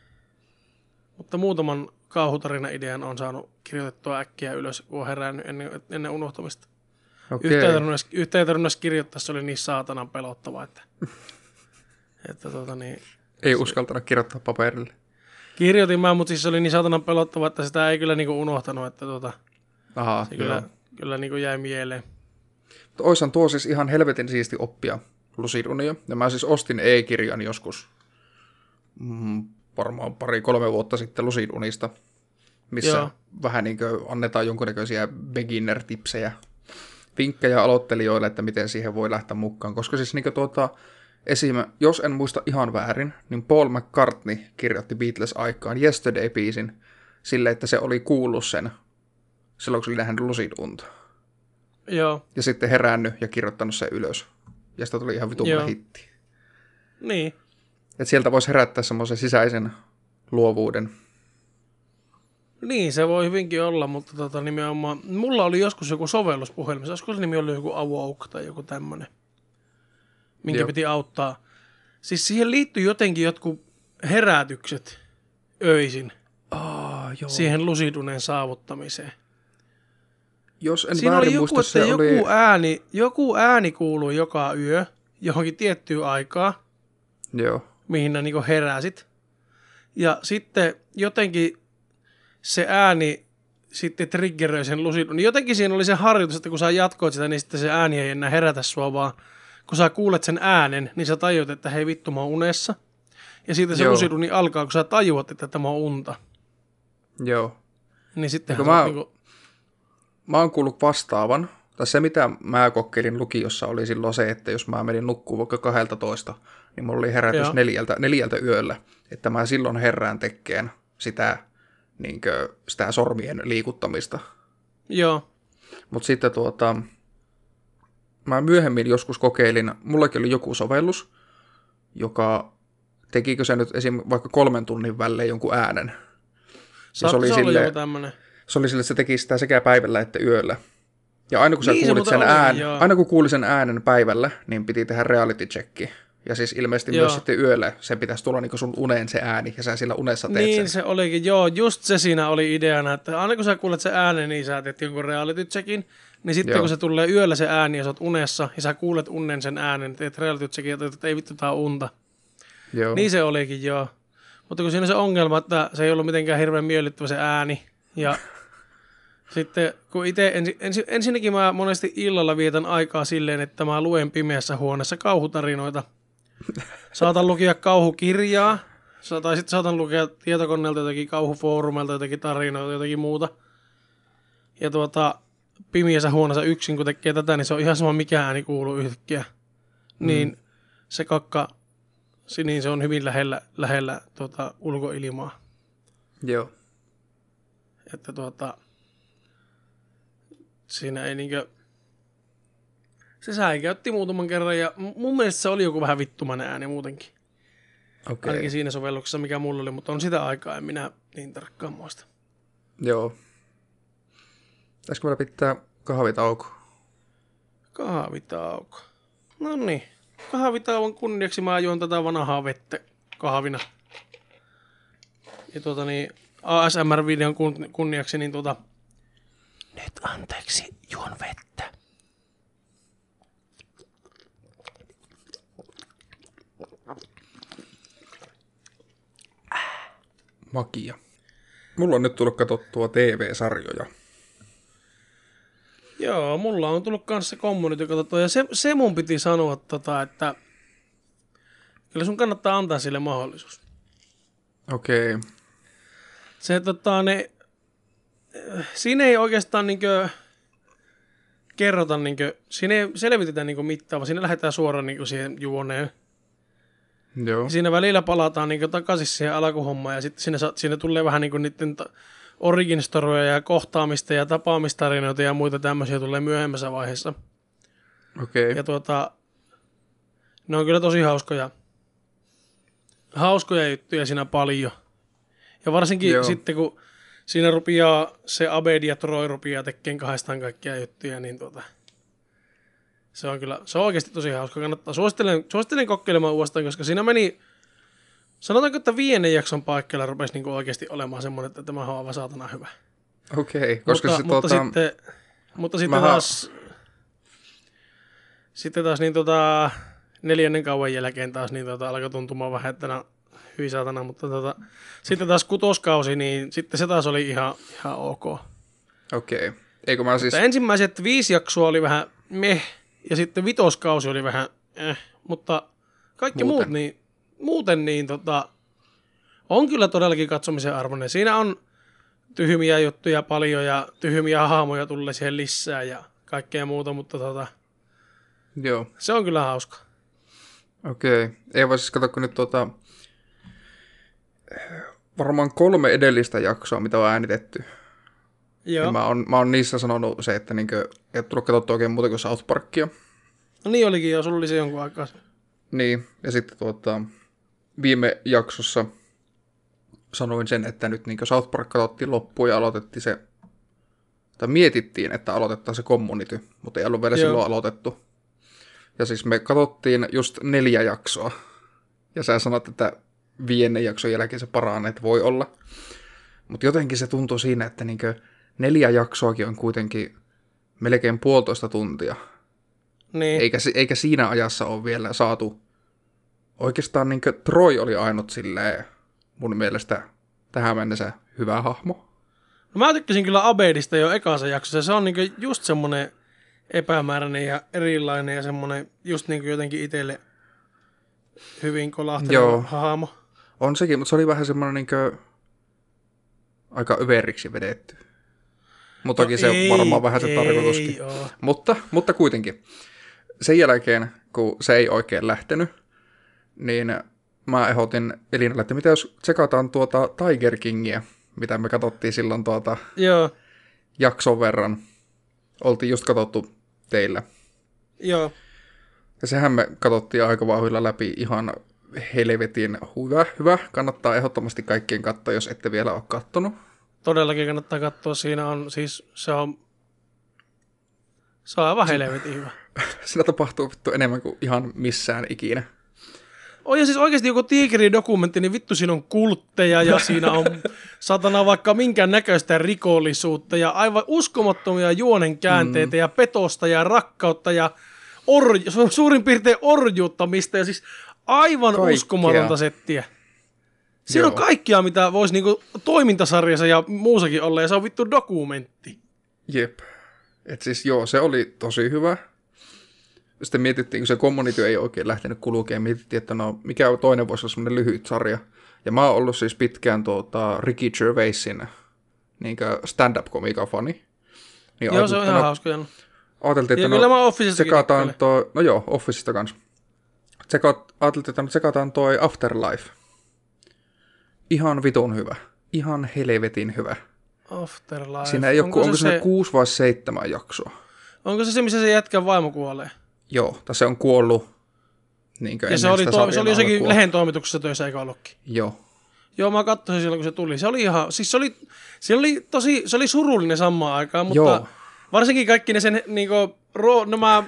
Mutta muutaman kauhutarina-idean on saanut kirjoitettua äkkiä ylös, kun on herännyt ennen, ennen unohtamista. Okei. Yhtä ei tarvinnut edes, yhtä ei tarvinnut edes kirjoittaa, se oli niin saatanan pelottava, että, että tota niin, Ei se, uskaltanut kirjoittaa paperille. Kirjoitin mä, mutta siis se oli niin saatanan pelottava, että sitä ei kyllä niinku unohtanut, että tota, Aha, se kyllä, kyllä niinku jäi mieleen. Oishan tuo siis ihan helvetin siisti oppia Lucid Unia. Ja mä siis ostin e-kirjan joskus mm, varmaan pari-kolme vuotta sitten Lucid Unista, missä Joo. vähän niin kuin annetaan jonkunnäköisiä beginner-tipsejä, vinkkejä aloittelijoille, että miten siihen voi lähteä mukaan. Koska siis niin kuin tuota, esim. Jos en muista ihan väärin, niin Paul McCartney kirjoitti Beatles-aikaan Yesterday-biisin sille, että se oli kuullut sen silloin, kun se oli nähnyt Lucid Unta. Joo. Ja sitten herännyt ja kirjoittanut sen ylös. Ja sitä tuli ihan vitun hitti. Niin. Että sieltä voisi herättää semmoisen sisäisen luovuuden. Niin, se voi hyvinkin olla, mutta tota, nimenomaan, mulla oli joskus joku sovellus puhelimessa, olisiko se nimi ollut joku Awoke tai joku tämmönen, minkä Joo. piti auttaa. Siis siihen liittyy jotenkin jotkut herätykset öisin Aa, joo. siihen lusidunen saavuttamiseen. Jos en Siinä väärin oli joku, muista, että se joku, oli... ääni, joku ääni kuului joka yö johonkin tiettyyn aikaan, Joo. mihin ne niinku heräsit. Ja sitten jotenkin se ääni sitten triggeröi sen lusidunin. Jotenkin siinä oli se harjoitus, että kun sä jatkoit sitä, niin sitten se ääni ei enää herätä sua, vaan kun sä kuulet sen äänen, niin sä tajuat, että hei vittu, mä oon unessa. Ja siitä se Joo. lusiduni alkaa, kun sä tajuat, että tämä on unta. Joo. Niin sitten mä, niinku... mä oon kuullut vastaavan. Tai se, mitä mä kokeilin lukiossa, oli silloin se, että jos mä menin nukkuun vaikka kahdelta toista, niin mulla oli herätys neljältä, neljältä yöllä, että mä silloin herään tekeen sitä, niinkö, sitä sormien liikuttamista. Joo. Mutta sitten tuota, mä myöhemmin joskus kokeilin, mullakin oli joku sovellus, joka tekikö se nyt esim. Vaikka kolmen tunnin välein jonkun äänen. Sa- se oli se sille, oli joku tämmönen. Se oli sille, että se teki sitä sekä päivällä että yöllä. Ja aina kun sä Niin se kuulit muuten sen oli, äänen, joo. aina kun kuuli sen äänen päivällä, niin piti tehdä reality checki. Ja siis ilmeisesti Joo. myös sitten yöllä sen pitäisi tulla niin sun uneen se ääni, ja sä sillä unessa teet Niin sen. se olikin, joo, just se siinä oli ideana, että aina kun sä kuulet sen äänen, niin sä teet jonkun reality checkin, niin sitten Joo. kun se tulee yöllä se ääni ja sä oot unessa, ja sä kuulet unnen sen äänen, teet reality checkin ja teet, että ei vittu tää on unta. Joo. Niin se olikin, joo. Mutta kun siinä on se ongelma, että se ei ollut mitenkään hirveän miellyttävä se ääni, ja sitten kun itse, ensi, ensi, ensinnäkin mä monesti illalla vietän aikaa silleen, että mä luen pimeässä huoneessa kauhutarinoita. Saatan lukea kauhukirjaa, tai sitten saatan lukea tietokoneelta jotakin kauhufoorumelta jotakin tarinoita, jotakin muuta. Ja tuota, pimeässä huoneessa yksin, kun tekee tätä, niin se on ihan sama mikä ääni kuuluu yhtäkkiä. Mm. Niin se kakka, niin se on hyvin lähellä, lähellä tuota, ulkoilmaa. Joo. Että tuota, siinä ei niinkö... Se säikäytti muutaman kerran ja mun mielestä se oli joku vähän vittumainen ääni muutenkin. Okei. Ainakin siinä sovelluksessa, mikä mulla oli, mutta on sitä aikaa, en minä niin tarkkaan muista. Joo. Pitäisikö meillä pitää kahvitauko? Kahvitauko. No niin. Kahvitauon kunniaksi mä juon tätä vanhaa vettä kahvina. Ja tuota niin, A S M R-videon kun- kunniaksi, niin tuota... Nyt anteeksi, juon vettä. Makia. Mulla on nyt tullut katsottua T V-sarjoja. Joo, mulla on tullut kanssa Community katsottua, ja se, se mun piti sanoa, tota, että kyllä sun kannattaa antaa sille mahdollisuus. Okei. Okay. Se, tota, ne, siinä ei oikeastaan niinkö kerrota, niinkö, siinä ei selvitetä niinkö mittaa, vaan siinä lähdetään suoraan niinkö siihen juoneen. Joo. Ja siinä välillä palataan niin takaisin siihen alkuhommaan ja sitten siinä, siinä tulee vähän niin niiden ta- origin storyja ja kohtaamista ja tapaamistarinoita ja muita tämmöisiä tulee myöhemmässä vaiheessa. Okei. Okay. Ja tuota, ne on kyllä tosi hauskoja. Hauskoja juttuja siinä paljon. Ja varsinkin Joo. sitten kun siinä rupeaa se Abed ja Troy rupeaa tekemään kahdestaan kaikkia juttuja, niin tuota, se on kyllä, se on oikeasti tosi hauska. Kannattaa, suosittelen, suosittelen kokeilemaan uudestaan, koska siinä meni, sanotaanko, että viidennen jakson paikkeilla rupesi niin oikeasti olemaan semmoinen, että tämä on aivan saatana hyvä. Okei, okay, koska mutta, se mutta tuota... sitten, mutta sitten Mähän... taas, sitten taas niin tota, neljännen kauan jälkeen taas niin tota, alkoi tuntumaan vähän, että no, hyi saatana, mutta tota, sitten taas kutoskausi, niin sitten se taas oli ihan, ihan ok. Okei, okay. Eikö mä siis... Mutta ensimmäiset viisi jaksoa oli vähän meh, ja sitten vitoskausi oli vähän eh, mutta kaikki muuten. muut niin, muuten niin tota, on kyllä todellakin katsomisen arvoinen. Siinä on tyhmiä juttuja paljon ja tyhmiä hahmoja tulee siihen lisää ja kaikkea muuta, mutta tota, Joo. se on kyllä hauska. Okei, okay. Ei vaan siis kato, kun nyt tuota, varmaan kolme edellistä jaksoa, mitä on äänitetty. Joo. Mä oon, mä oon niissä sanonut se, että niinkö, et tullut katsottua oikein muuta kuin South Parkia. No niin olikin jo, sulla oli se jonkun aikaa. Niin, ja sitten tuota, viime jaksossa sanoin sen, että nyt niinkö South Park katsottiin loppuun ja aloitettiin se, tai mietittiin, että aloitetaan se Community, mutta ei ollut vielä Joo. silloin aloitettu. Ja siis me katsottiin just neljä jaksoa, ja sä sanot, että viidennen jakson jälkeen se paranee, että voi olla. Mutta jotenkin se tuntuu siinä, että niinkö neljä jaksoakin on kuitenkin melkein puolitoista tuntia. Niin. Eikä, eikä siinä ajassa ole vielä saatu. Oikeastaan niinkö Troy oli ainut silleen mun mielestä tähän mennessä hyvä hahmo. No mä tykkäsin kyllä Abedista jo ekassa jaksossa. Se on niinkö just semmonen epämääräinen ja erilainen ja semmonen just niinkö jotenkin itselle hyvin kolahteleva hahmo. On sekin, mutta se oli vähän semmonen niinkö aika överiksi vedetty. Mutta toki no se ei, on varmaan vähän se tarkoituskin. Mutta, mutta kuitenkin. Sen jälkeen, kun se ei oikein lähtenyt, niin mä ehdotin Elinalle, että mitä jos tsekataan tuota Tiger Kingia, mitä me katsottiin silloin tuota Joo. jakson verran. Oltiin just katsottu teillä. Joo. Ja sehän me katsottiin aika vauhdilla läpi ihan helvetin hyvä. hyvä. Kannattaa ehdottomasti kaikkien katsoa, jos ette vielä ole kattonut. Todellakin kannattaa katsoa. Siinä on siis, se on, se on aivan helvetin hyvä. Siinä tapahtuu vittu enemmän kuin ihan missään ikinä. On ja siis oikeasti joku tiikeri-dokumentti, niin vittu siinä on kultteja ja siinä on satana vaikka minkään näköistä rikollisuutta ja aivan uskomattomia juonenkäänteitä mm. ja petosta ja rakkautta ja orju, suurin piirtein orjuuttamista ja siis aivan kaikkea. Uskomatonta settiä. Siinä Joo. on kaikkia, mitä voisi niinku toimintasarjassa ja muusakin olla, ja se on vittu dokumentti. Jep. Et siis joo, se oli tosi hyvä. Sitten mietittiin, kun se Community ei oikein lähtenyt kulkeen, mietittiin, että no, mikä toinen voisi olla semmoinen lyhyt sarja. Ja mä oon ollut siis pitkään tuota Ricky Gervaisin niin stand-up-komiikan fani. Niin joo, se on ihan no, hauska. Ajateltiin, että ja no, tsekataan toi, no joo, Officesta kanssa. Tsekaat, ajateltiin, että no, tsekataan toi Afterlife. Ihan vitun hyvä. Ihan helvetin hyvä. Afterlife. Siinä ei ole, onko, onko se, se kuusi vai seitsemän jaksoa? Onko se se, missä se jätkän vaimo kuolee? Joo, tai se on kuollut. Niin ja se oli, to, se oli jossakin lehen toimituksessa töissä, eikä ollutkin? Joo. Joo, mä katsoin silloin, kun se tuli. Se oli ihan, siis se oli, se oli tosi, se oli surullinen samaan aikaan, mutta Joo. varsinkin kaikki ne sen, niinku, ro, nämä,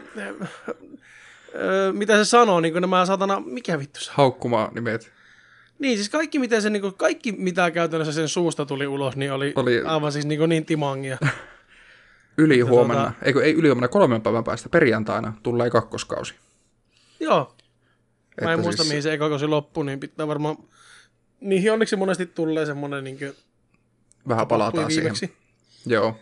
öö, mitä se sanoo, niinku nämä satana, mikä vittu se? Haukkumaa nimet. Niin, siis kaikki, miten se, niinku, kaikki mitä käytännössä sen suusta tuli ulos, niin oli, oli... aivan siis niinku niin timangia. Yli huomenna, tuota... eikö ei yli huomenna, kolmen päivän päästä perjantaina tulee kakkoskausi. Joo. Mä en että muista, siis... mihin se ekakausi loppui, niin pitää varmaan... Niihin onneksi monesti tulee semmoinen... Niin kuin... Vähän palataan viimeksi. Siihen. Joo.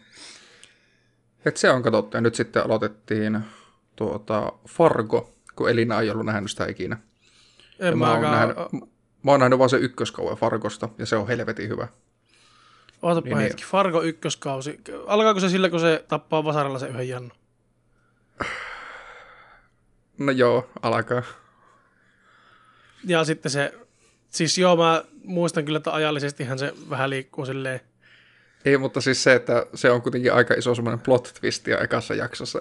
Et se on katsottu, ja nyt sitten aloitettiin tuota Fargo, kun Elina ei ollut nähnyt sitä ikinä. En mä, mä, oon nähnyt, mä oon nähnyt vaan se ykköskauan Fargosta, ja se on helvetin hyvä. Ootapa niin, hetki, Fargo ykköskausi. Alkaako se sillä, kun se tappaa vasaralla se yhden jannu? No joo, alkaa. ja sitten se, siis joo, mä muistan kyllä, että ajallisestihan se vähän liikkuu silleen. Ei, mutta siis se, että se on kuitenkin aika iso semmoinen plot twist jo ekassa jaksossa.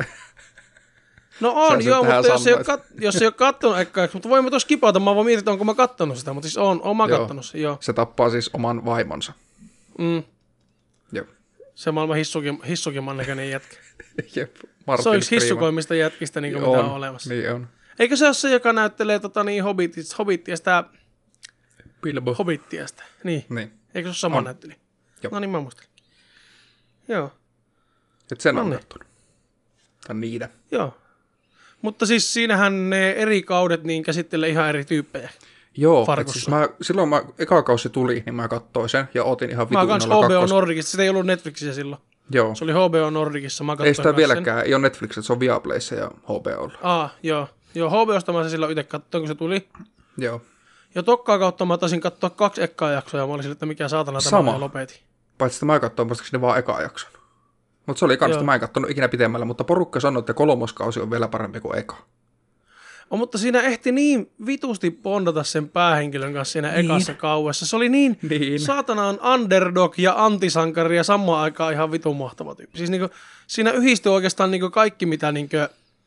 No on, joo, mutta jos ei, ole kat, jos ei ole kattonut ekkaa, mutta voin mä tuossa kipata, mä voin miettiä, että onko mä kattonut sitä, mutta siis on, on mä joo. kattonut sen, joo. Se tappaa siis oman vaimonsa. Mm. Joo. Se maailman hissukin, hissukimman näköinen jätkä. Jep, se on yksi hissukoimmista jätkistä, niin kuin on, mitä on olemassa. Niin on. Eikö se ole se, joka näyttelee tota, niin, Hobbitia, Hobbittia sitä... Bilbo. Hobbittia sitä, niin. niin. Eikö se ole sama näyttelijä? Joo. No niin, mä muistelin. Joo. Et sen no on niin. kattonut. Tai niitä. Joo. Mutta siis siinähän ne eri kaudet niin käsittelee ihan eri tyyppejä. Joo, siis mä, silloin mä, eka kausi tuli, niin mä katsoin sen ja otin ihan vitu Mä kans H B O Nordicissa, sitä ei ollut Netflixissä silloin. Joo. Se oli H B O Nordicissa, mä katsoin. Ei sitä vieläkään, ei ole Netflixissä, se on Viaplayssa ja H B O:lla. Aa, joo. Joo, H B Osta mä sen silloin itse katsoin, kun se tuli. Joo. Ja tokkaa kautta mä taisin katsoa kaksi ekkaa jaksoa ja mä olin sille, että mikä saatana tämä ja lopetin. Paitsi että mä katsoin muistaakseni vaan ekaa jakson. Mutta se oli kans, että mä en katsonut ikinä pitemmällä, mutta porukka sanoi, että kolmoskausi on vielä parempi kuin eka. Oh, mutta siinä ehti niin vitusti bondata sen päähenkilön kanssa siinä niin. ekassa kauessa. Se oli niin, niin. saatanaan underdog ja antisankari ja samaan aikaan ihan vitun mahtava tyyppi. Siis niinku, siinä yhdistyi oikeastaan niinku kaikki, mitä niinku,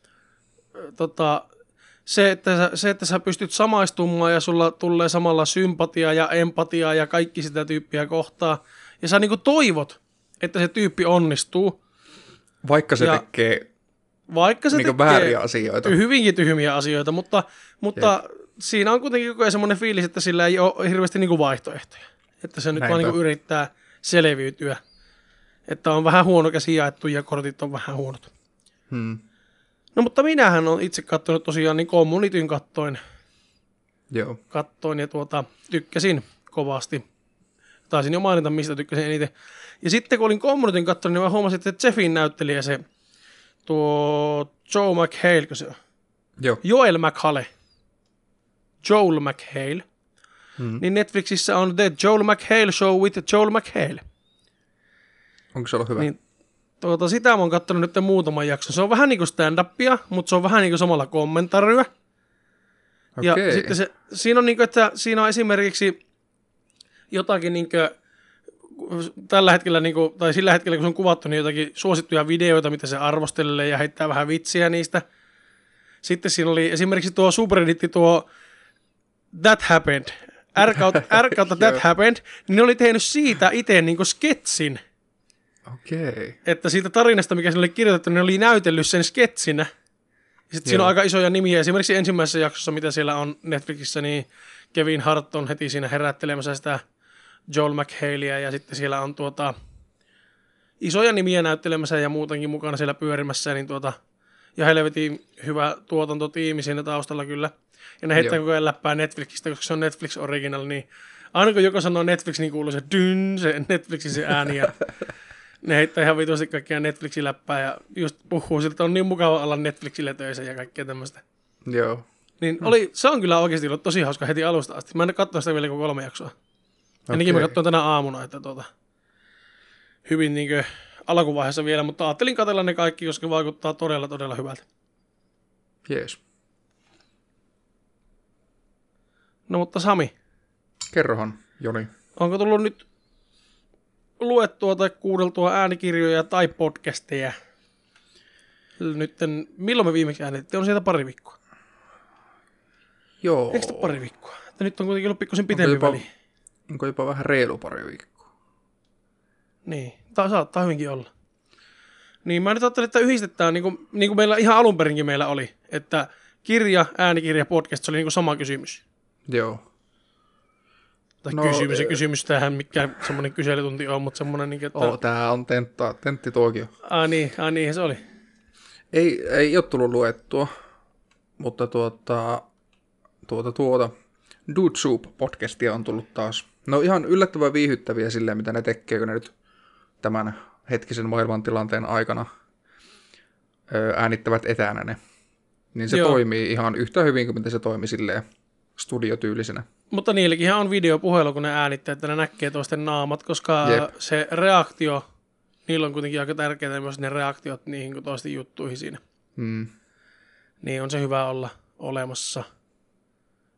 tota, se, että sä, se, että sä pystyt samaistumaan ja sulla tulee samalla sympatia ja empatia ja kaikki sitä tyyppiä kohtaa. Ja sä niinku toivot, että se tyyppi onnistuu. Vaikka se ja, tekee... Vaikka se niin tekee vääriä asioita. hyvinkin tyhmiä asioita, mutta, mutta siinä on kuitenkin koko ajan semmoinen fiilis, että sillä ei ole hirveästi niinku vaihtoehtoja. Että se nyt Näinpä. vaan niinku yrittää selviytyä. Että on vähän huono käsi jaettu ja kortit on vähän huonot. Hmm. No mutta minähän olen itse katsonut tosiaan niin Communityn kattoin. Joo. Kattoin ja tuota, tykkäsin kovasti. Taisin jo mainita, mistä tykkäsin eniten. Ja sitten kun olin Communityn kattonut, niin mä huomasin, että Jeffin näyttelijä se tuo Joe McHale, se on? Joo. Joel McHale. Joel McHale. Hmm. Niin Netflixissä on The Joel McHale Show with Joel McHale. Onko se ollut hyvä? Niin, tuota, sitä mä oon katsonut nyt muutaman jakson. Se on vähän niin kuin stand-upia, mutta se on vähän niin kuin samalla kommentaryä. Okay. Ja sitten se, siinä on niin kuin, että siinä on esimerkiksi jotakin niin kuin, tällä hetkellä, niin kuin, tai sillä hetkellä, kun se on kuvattu, niin jotakin suosittuja videoita, mitä se arvostelee ja heittää vähän vitsiä niistä. Sitten siinä oli esimerkiksi tuo subredditti, tuo That Happened, R kautta That Happened, niin ne oli tehnyt siitä itse niin kuin sketsin. Okei. Okay. Että siitä tarinasta, mikä siinä oli kirjoitettu, ne oli näytellyt sen sketsinä. Ja sitten siinä on aika isoja nimiä. Esimerkiksi ensimmäisessä jaksossa, mitä siellä on Netflixissä, niin Kevin Hart on heti siinä herättelemässä sitä Joel McHaleä, ja sitten siellä on tuota isoja nimiä näyttelemässä ja muutenkin mukana siellä pyörimässä, niin tuota, ja helvetin hyvä tuotantotiimi siinä taustalla kyllä. Ja ne heittää Joo. koko ajan läppää Netflixistä, koska se on Netflix Original, niin aina kun joku sanoo Netflix, niin kuuluu se dyn, se Netflixin se ääni, ja ne heittää ihan vitusti kaikkia Netflixin läppää, ja just puhuu siltä, että on niin mukava olla Netflixille töissä ja kaikkea tämmöistä. Joo. Niin oli, se on kyllä oikeasti ollut tosi hauska heti alusta asti. Mä en katsonut sitä vielä kuin kolme jaksoa. Ennenkin okay. mä katsoin tänä aamuna, että tuota, hyvin niin kuin alkuvaiheessa vielä, mutta ajattelin katsella ne kaikki, koska vaikuttaa todella, todella hyvältä. Jees. No mutta Sami. Kerrohan, Joni. Onko tullut nyt luettua tai kuudeltua äänikirjoja tai podcasteja? Nytten, milloin me viimeksi äänitettiin? On sieltä pari viikkoa. Joo. Eikö sitä pari viikkoa? Että nyt on kuitenkin ollut pikkusen pitempi jopa, väli. Onko jopa vähän reilu pari viikkoa? Niin, tämä saattaa hyvinkin olla. Niin mä nyt ajattelin, että yhdistetään, niin kuin, niin kuin meillä ihan alun perinkin meillä oli, että kirja, äänikirja, podcast, se oli niin kuin sama kysymys. Joo. Tai no, kysymys ja kysymys, tämähän mikään semmoinen kyselytunti on, mutta semmoinen niin kuin, että... Oo, tää on tentta, tentti tuokio. Ai niin, ai niin, se oli. Ei, ei ole tullut luettua, mutta tuota, tuota, tuota, Dude Soup-podcastia on tullut taas. No ihan yllättävän viihyttäviä silleen, mitä ne tekee, kun ne nyt tämän hetkisen maailmantilanteen aikana äänittävät etänä ne. Niin se Joo. toimii ihan yhtä hyvin kuin mitä se toimi silleen studiotyylisenä. Mutta niilläkin on videopuhelu, kun ne äänittää, että ne näkee toisten naamat, koska Jep. se reaktio, niillä on kuitenkin aika tärkeää myös ne reaktiot niihin kuin toisten juttuihin siinä. Mm. Niin on se hyvä olla olemassa.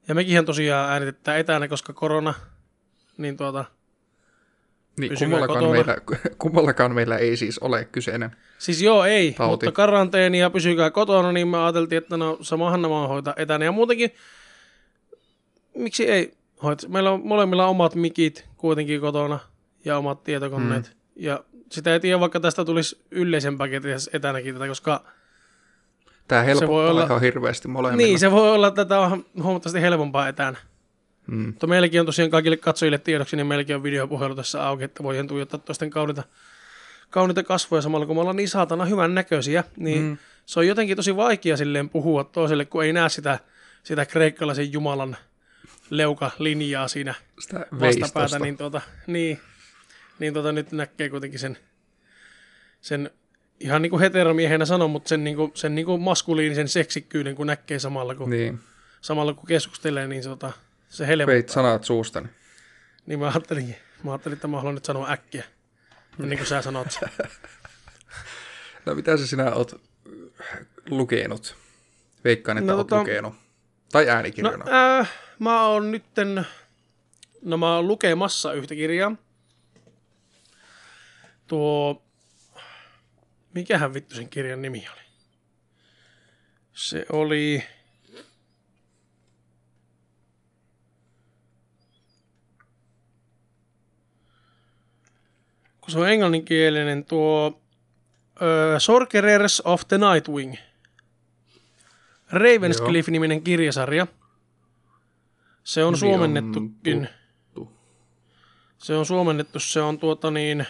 Ja mekinhän tosiaan äänitetään etänä, koska korona, niin tuota... Niin, kummallakaan meillä, kummallakaan meillä ei siis ole kyseinen Siis joo, ei, tauti. Mutta karanteeni ja pysykää kotona, niin me ajateltiin, että no samahan nämä hoitaa etänä. Ja muutenkin, miksi ei hoita? Meillä on molemmilla omat mikit kuitenkin kotona ja omat tietokoneet. Hmm. Ja sitä ei tiedä, vaikka tästä tulisi yleisempääkin etänäkin tätä, koska... Tämä helpottaa olla... ihan hirveästi molemmilla. Niin, se voi olla, että tätä on huomattavasti helpompaa etänä. Hmm. Mutta meilläkin on tosiaan kaikille katsojille tiedoksi, niin meilläkin on videopuhelu tässä auki, että voidaan tuijottaa toisten kauniita, kauniita kasvoja samalla, kun me ollaan niin saatana hyvän näköisiä, niin hmm. se on jotenkin tosi vaikea silleen puhua toiselle, kun ei näe sitä, sitä kreikkalaisen jumalan leukalinjaa siinä sitä vastapäätä, niin, tuota, niin, niin tuota, nyt näkee kuitenkin sen, sen ihan niin kuin heteromiehenä sanon, mutta sen, niin kuin, sen niin kuin maskuliinisen seksikkyyden, kun näkee samalla, kun, niin. samalla, kun keskustelee, niin tuota, se helpottaa. Veit sanat suustani. Niin mä ajattelin, mä ajattelin, että mä haluan nyt sanoa äkkiä, niin kuin sä sanot sen. No mitä sä sinä oot lukenut? Veikkaan, että no, oot tota, lukenut. Tai äänikirjana. No, äh, mä oon nytten, no mä oon lukemassa yhtä kirjaa. Tuo, mikähän vittu sen kirjan nimi oli? Se oli... kun se on englanninkielinen tuo uh, Sorcerers of the Nightwing. Ravenscliff-niminen kirjasarja. Se on suomennettukin. Se on suomennettu, se on tuota niin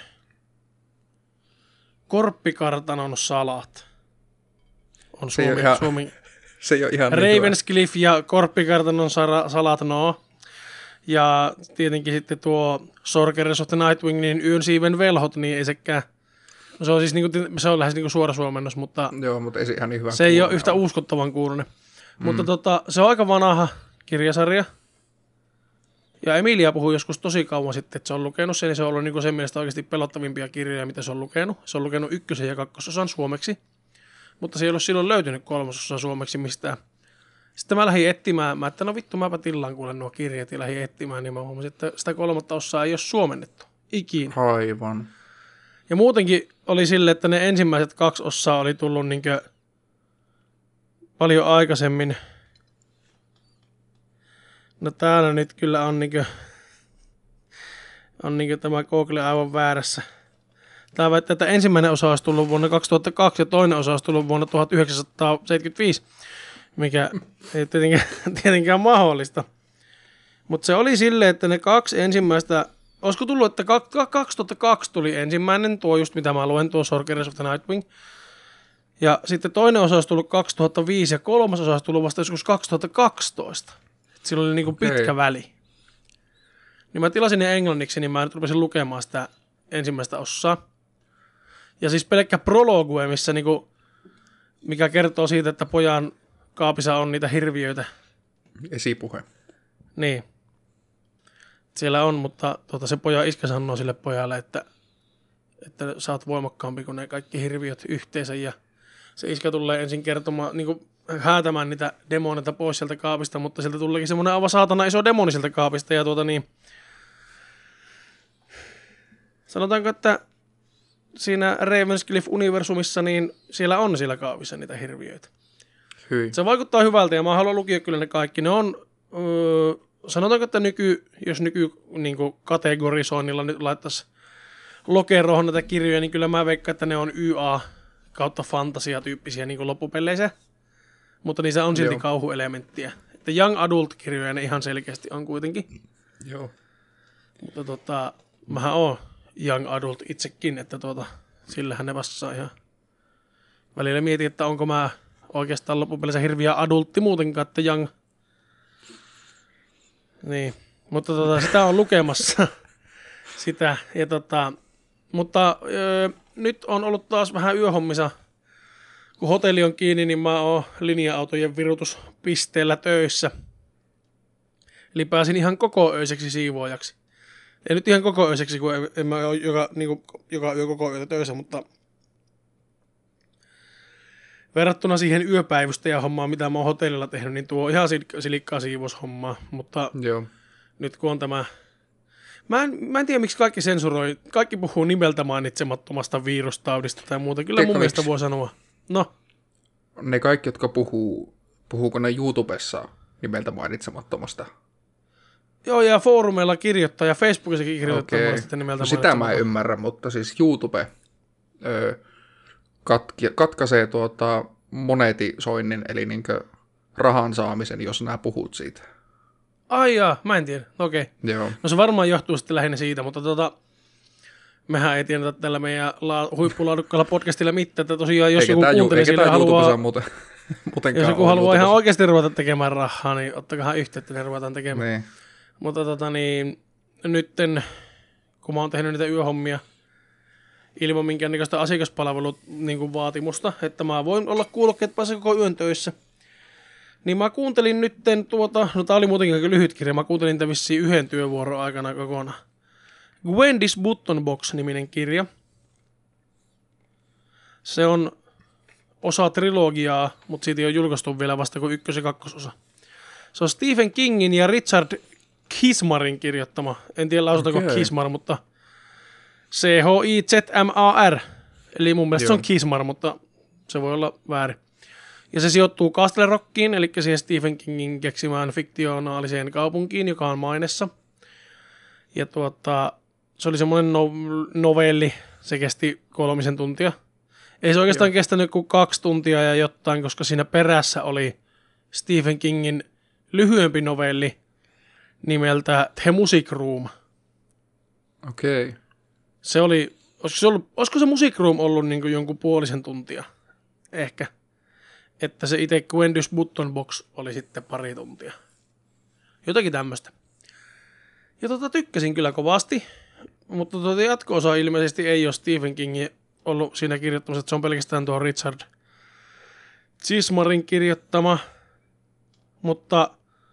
Korppikartanon salat. On se suomi, ihan, suomi. Se ei ole ihan Ravenscliff ja Korppikartanon salat, no. Ja tietenkin sitten tuo Sorcerers of the Nightwing, niin Yön siiven velhot, niin ei sekään. No se on siis niinku, se on lähes niinku suora suomennos, mutta, joo, mutta ei se, ihan niin hyvä se ei ole yhtä uskottavan kuulunen. Mm. Mutta tota, se on aika vanha kirjasarja. Ja Emilia puhui joskus tosi kauan sitten, että se on lukenut sen, ja se on ollut niinku sen mielestä oikeasti pelottavimpia kirjoja, mitä se on lukenut. Se on lukenut ykkösen ja kakkososan suomeksi, mutta se ei ole silloin löytynyt kolmasosaa suomeksi mistään. Sitten mä lähdin etsimään, mä että no vittu, mäpä tillaan kuulen nuo kirjat ja lähdin etsimään, niin mä huomasin, että sitä kolmatta osaa ei ole suomennettu. Ikinä. Aivan. Ja muutenkin oli sille, että ne ensimmäiset kaksi osaa oli tullut niinkö paljon aikaisemmin. No täällä nyt kyllä on niinkö, on niinkö tämä Google aivan väärässä. Tää väittää, että ensimmäinen osa olisi tullut vuonna kaksituhattakaksi ja toinen osa olisi tullut vuonna tuhatyhdeksänsataaseitsemänkymmentäviisi. Mikä ei tietenkään, tietenkään mahdollista. Mutta se oli silleen, että ne kaksi ensimmäistä, olisiko tullut, että kaksituhattakaksi tuli ensimmäinen, tuo just mitä mä luen, tuo Sorcerers of the Nightwing. Ja sitten toinen osa olisi tullut kaksituhattaviisi ja kolmas osa olisi tullut vasta joskus kaksituhattakaksitoista. Et silloin oli niinku okay. pitkä väli. Niin mä tilasin ne englanniksi, niin mä nyt rupesin lukemaan sitä ensimmäistä osaa. Ja siis pelkkä prologue, missä niinku, mikä kertoo siitä, että pojan kaapissa on niitä hirviöitä. Esipuhe. Niin. Siellä on, mutta tuota, se pojan iskä sanoo sille pojalle, että, että sä oot voimakkaampi kuin ne kaikki hirviöt yhteensä. Ja se iskä tulee ensin kertomaan, niin kuin häätämään niitä demoneita pois sieltä kaapista, mutta sieltä tuleekin semmoinen aivan saatana iso demoni sieltä kaapista. Ja tuota niin, sanotaanko, että siinä Ravenscliff-universumissa, niin siellä on siellä kaapissa niitä hirviöitä. Hyi. Se vaikuttaa hyvältä ja mä haluan lukia kyllä ne kaikki. Ne on, öö, sanotaanko, että nyky, jos nyky niin kuin kategorisoinnilla nyt laittaisi lokeroon näitä kirjoja, niin kyllä mä veikkaan, että ne on Y A kautta fantasia-tyyppisiä niin kuin loppupeleissä. Mutta niissä on silti Joo. kauhuelementtiä. Että young adult-kirjoja ne ihan selkeästi on kuitenkin. Joo. Mutta tota, mähän oon young adult itsekin, että tuota, sillähän ne vastaa ihan. Välillä mietin, että onko mä oikeastaan loppupeleissä hirviä adultti muutenkaan, että young. Niin, mutta tota, sitä on lukemassa. sitä, ja tota, mutta öö, nyt on ollut taas vähän yöhommissa. Kun hotelli on kiinni, niin mä oon linja-autojen virutuspisteellä töissä. Eli pääsin ihan koko öiseksi siivoojaksi. Ei nyt ihan koko öiseksi, kun en, en mä ole joka, niin kuin, joka yö koko yötä töissä, mutta verrattuna siihen yöpäivystäjän hommaan, mitä mä oon hotellilla tehnyt, niin tuo on ihan silikkaa siivoushommaa, mutta Joo. nyt kun on tämä... Mä en, mä en tiedä, miksi kaikki sensuroi, kaikki puhuu nimeltä mainitsemattomasta virustaudista tai muuta. Kyllä Tiedätkö mun mielestä miksi? voi sanoa. No, Ne kaikki, jotka puhuu, puhuuko ne YouTubessa nimeltä mainitsemattomasta? joo, ja foorumeilla kirjoittaa, ja Facebookissakin kirjoittaa Okei. okay. sitten nimeltä No sitä mä en mainitsemattomasta. ymmärrä, mutta siis YouTube öö, katki, katkaisee tuota monetisoinnin, eli niinkö rahan saamisen, jos nää puhut siitä. Ai jaa, mä en tiedä. Okei. Okay. Joo. No se varmaan johtuu sitten lähinnä siitä, mutta tota, mehän ei tiedetä tällä meidän la- huippulaadukkaalla podcastilla mitään, että tosiaan jos Eikä joku tää, ju- kuuntelee eikä sille tää haluaa, YouTubessa muuten, muutenkaan jos joku ole haluaa ihan YouTubessa. oikeasti ruveta tekemään rahaa, niin ottakahan yhteyttä, niin ruvetaan tekemään. Niin. Mutta tota niin, nytten, kun mä oon tehnyt niitä yöhommia ilman minkäännäköistä asiakaspalvelun niin kuin vaatimusta, että mä voin olla kuulokkeet päässä koko yön töissä, niin mä kuuntelin nytten tuota, no tää oli muutenkin aika lyhyt kirja, mä kuuntelin tämän vissiin yhden työvuoron aikana kokonaan. Wendy's Button Box-niminen kirja. Se on osa trilogiaa, mutta siitä ei ole julkaistu vielä vasta kuin ykkös- ja kakkososa. Se on Stephen Kingin ja Richard Kismarin kirjoittama. En tiedä lausutaanko Okei. Kismar, mutta C H I Z M A R. Eli mun mielestä se on Joo. Kismar, mutta se voi olla väärin. Ja se sijoittuu Castle Rockiin, eli siihen Stephen Kingin keksimään fiktionaaliseen kaupunkiin, joka on Mainessa. Ja tuota, se oli semmoinen no- novelli, se kesti kolmisen tuntia. Ei se oikeastaan Joo. kestänyt kuin kaksi tuntia ja jotain, koska siinä perässä oli Stephen Kingin lyhyempi novelli nimeltä The Music Room. Okei. Okay. Se oli, olisiko se, ollut, olisiko se Music Room ollut niin kuin jonkun puolisen tuntia? Ehkä. Että se itse Wendy's Button Box oli sitten pari tuntia. Jotakin tämmöistä. Ja tota tykkäsin kyllä kovasti, mutta tuota jatko-osa ilmeisesti ei ole Stephen Kingin ollut siinä kirjoittamassa, että se on pelkästään tuo Richard Chismarin kirjoittama. Mutta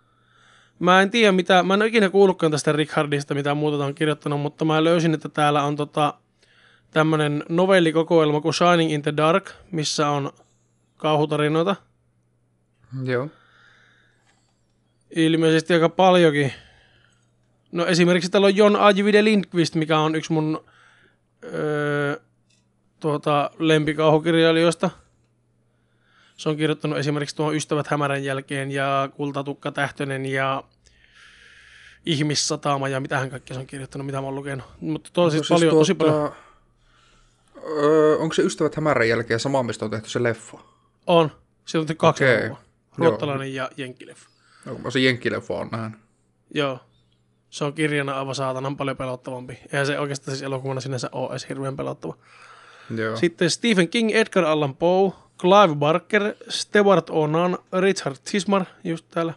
mä en tiedä mitä, mä en ole ikinä kuullutkaan tästä Richardista, mitä muuta on kirjoittanut, mutta mä löysin, että täällä on tota tämmönen novellikokoelma kuin Shining in the Dark, missä on kauhutarinoita. Joo. Ilmeisesti aika paljonkin. No esimerkiksi täällä on John Ajvide Lindqvist, mikä on yksi mun öö, tuota, lempikauhukirjailijoista. Se on kirjoittanut esimerkiksi tuon Ystävät hämärän jälkeen ja Kultatukka Tähtönen ja Ihmissatama ja mitähän kaikkea se on kirjoittanut, mitä mä oon lukenut. Mutta tosi siis paljon, tosi paljon. Öö, onko se Ystävät hämärän jälkeen sama, mistä on tehty se leffa? On. Siitä on tehty kaksi Okei. elokuvaa. Ruottalainen ja jenkkileffa. No, mä se jenkkileffa on nähnyt. Joo. Se on kirjana aivan saatanan paljon pelottavampi. Eihän se oikeastaan siis elokuvana sinänsä ole edes hirveän pelottava. Joo. Sitten Stephen King, Edgar Allan Poe, Clive Barker, Stewart O'Neill, Richard Chismar just täällä.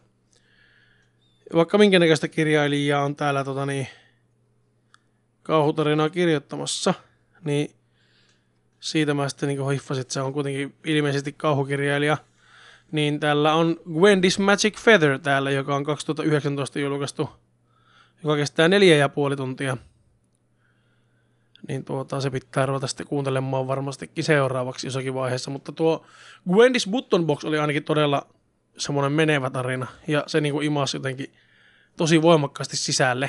Vaikka minkä näköistä kirjailijaa on täällä tota niin, kauhutarinaa kirjoittamassa, niin siitä mä sitten niin hiffasin, että se on kuitenkin ilmeisesti kauhukirjailija. Niin täällä on Wendy's Magic Feather täällä, joka on kaksituhattayhdeksäntoista julkaistu, joka kestää neljä ja puoli tuntia. Niin tuota, se pitää ruveta sitten kuuntelemaan varmastikin seuraavaksi jossakin vaiheessa. Mutta tuo Wendy's Button Box oli ainakin todella semmoinen menevä tarina. Ja se niinku imasi jotenkin tosi voimakkaasti sisälle.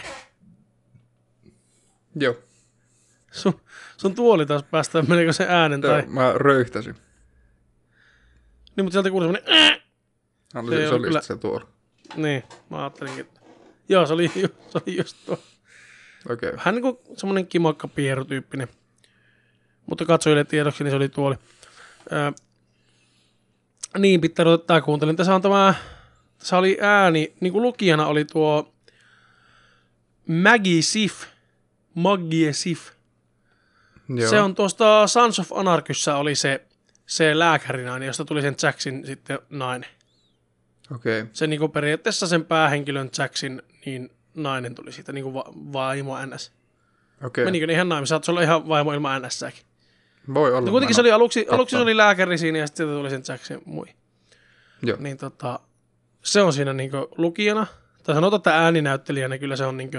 Joo. Sun, sun tuoli taas päästä, meneekö se äänen Joo, tai... mä röyhtäsin. Niin, mutta sieltä kuului semmoinen... Äh! No, Se se, ei se ole oli kyllä- kyllä... se tuolla. Niin, mä ajattelinkin, että... Joo, se oli, ju- se oli just tuo. Okei. Okay. Hän niinku semmonen kimakka pierutyyppinen. Mutta katsojille tiedoksi, niin se oli tuoli. Öö, niin, pitää ruveta tää kuuntelin. Tässä on tämä... Tässä oli ääni, niinku lukijana oli tuo... Maggie Sif. Maggie Sif. Joo. Se on tuosta Sons of Anarchyssä oli se, se lääkärinainen, josta tuli sen Jacksin sitten nainen. Okei. Okay. Se niinku periaatteessa sen päähenkilön Jacksin niin nainen tuli siitä niinku va- vaimo ns. Okei. Okay. Menikö ne ihan naimi? Saat olla ihan vaimo ilman nssäkin. Voi olla. No kuitenkin mä se en oli oo aluksi, kattonut. aluksi se oli lääkäri siinä ja sitten tuli sen Jacksin mui. Joo. Niin tota, se on siinä niinku lukijana. Tai sanotaan, että ääninäyttelijänä kyllä se on niinku...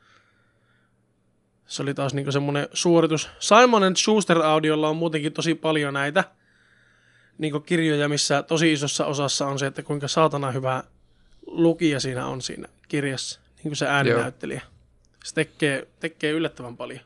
Se oli taas niinku semmonen suoritus. Simon and Schuster audiolla on muutenkin tosi paljon näitä. niin kirjoja, missä tosi isossa osassa on se, että kuinka saatana hyvä lukija siinä on siinä kirjassa, niin kuin se ääninäyttelijä. Se tekee, tekee yllättävän paljon.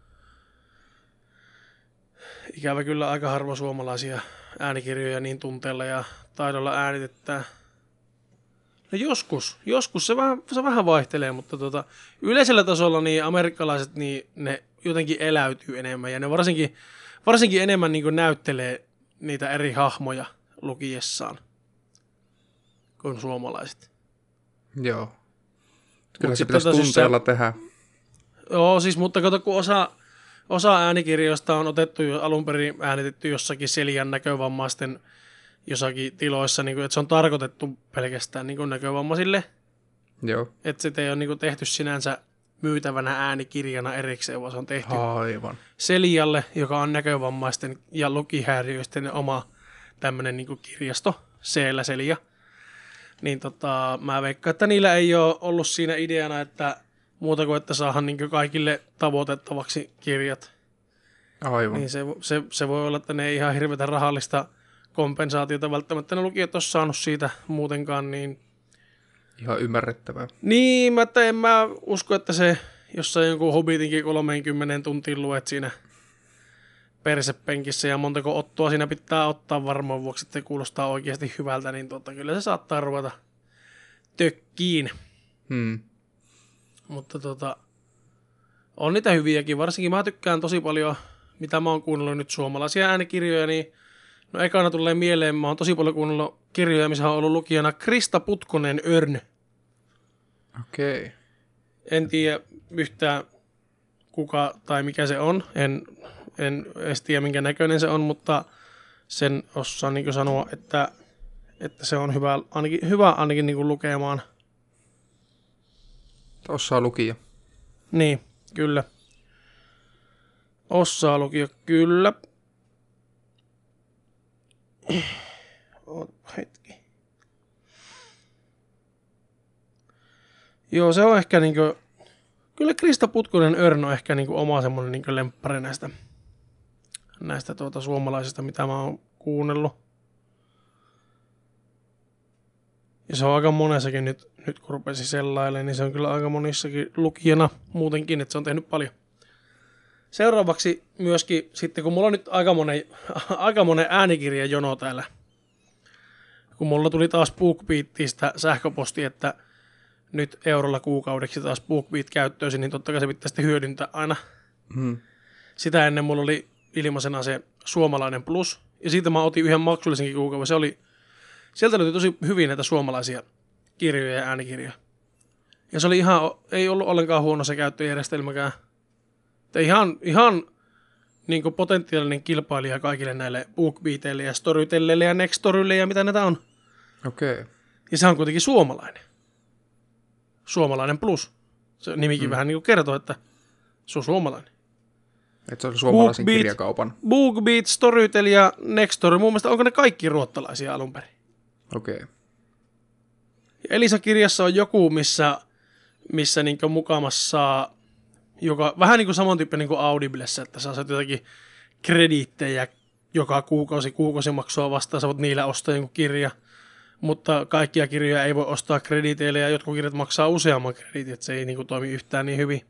Ikävä kyllä aika harvoin suomalaisia äänikirjoja niin tunteella ja taidolla äänitetään. No joskus, joskus se vähän, se vähän vaihtelee, mutta tota, yleisellä tasolla niin amerikkalaiset niin ne jotenkin eläytyy enemmän ja ne varsinkin, varsinkin enemmän niin kuin näyttelee niitä eri hahmoja lukiessaan kuin suomalaiset. Joo. Kyllä Mut se pitäisi taas, tunteella sä... tehdä. Joo, siis mutta kato, kun osa, osa äänikirjoista on otettu jo alun perin äänitetty jossakin Selian näkövammaisten jossakin tiloissa, niin kuin, että se on tarkoitettu pelkästään niin kuin näkövammaisille. Joo. Että sitä ei ole niin kuin tehty sinänsä myytävänä äänikirjana erikseen, vaan se on tehty Aivan. Selialle, joka on näkövammaisten ja lukihäiriöisten oma tämmöinen niin kuin kirjasto, Seellä Selia. Niin tota, mä veikkaan, että niillä ei ole ollut siinä ideana, että muuta kuin, että saadaan niin kuin kaikille tavoitettavaksi kirjat. Aivan. Niin se, se, se voi olla, että ne ei ihan hirveätä rahallista kompensaatiota välttämättä ne lukijat ole saanut siitä muutenkaan, niin... Ihan ymmärrettävää. Niin, mä, että en mä usko, että se jossain jonkun Hobbitinkin kolmekymmentä tuntiin luet siinä persepenkissä ja montako ottoa siinä pitää ottaa varmaan vuoksi, että se kuulostaa oikeasti hyvältä, niin tota, kyllä se saattaa ruveta tökkiin. Hmm. Mutta tota, on niitä hyviäkin, varsinkin mä tykkään tosi paljon, mitä mä oon kuunnellut nyt suomalaisia äänikirjoja, niin no ekana tulee mieleen, mä oon tosi paljon kuunnellut kirjoja, missä on ollut lukijana Krista Putkonen Örn. Okei. Okay. En tiedä yhtään kuka tai mikä se on, en, en edes tiedä minkä näköinen se on, mutta sen osaan niin sanoa, että, että se on hyvä ainakin, hyvä ainakin niin lukemaan. Osaa lukia. Niin, kyllä. Osaa lukia, kyllä. Hetki. Joo, se on ehkä niinku... Kyllä Krista Putkonen Örn on ehkä niinku oma semmonen niinku lemppari näistä, näistä tuota suomalaisista, mitä mä oon kuunnellut. Ja se on aika monessakin nyt, nyt kun rupesi sellailemaan, niin se on kyllä aika monissakin lukijana muutenkin, että se on tehnyt paljon. Seuraavaksi myöskin sitten, kun mulla on nyt aika monen, aika monen äänikirjajono täällä, kun mulla tuli taas BookBeatista sähköposti, että nyt eurolla kuukaudeksi taas BookBeat käyttöösi, niin totta kai se pitää sitten hyödyntää aina. Hmm. Sitä ennen mulla oli ilmaisena se suomalainen plus, ja siitä mä otin yhden maksullisenkin kuukauden. Se oli, sieltä löytyi tosi hyvin näitä suomalaisia kirjoja ja äänikirjoja. Ja se oli ihan, ei ollut ollenkaan huono se käyttöjärjestelmäkään. Ihan, ihan niin kuin potentiaalinen kilpailija kaikille näille BookBeateille ja Storytelleille ja Nextorylle ja mitä näitä on. Okei. Okay. Ja se on kuitenkin suomalainen. Suomalainen plus. Se nimikin mm. vähän niin kuin kertoo, että se on suomalainen. Että se on suomalaisen BookBeat, kirjakaupan. BookBeat, Storytel ja Nextory. Mun mielestä onko ne kaikki ruottalaisia alun perin? Okei. Okay. Elisa-kirjassa on joku, missä, missä niin mukamassa saa, joka, vähän niin kuin samantyyppinen kuin Audiblessa, että saa jotakin krediittejä joka kuukausi, kuukausimaksua vastaan, sä voit niillä ostaa jonkun kirja. Mutta kaikkia kirjoja ei voi ostaa krediiteillä ja jotkut kirjat maksaa useamman krediitin, että se ei niin kuin toimi yhtään niin hyvin.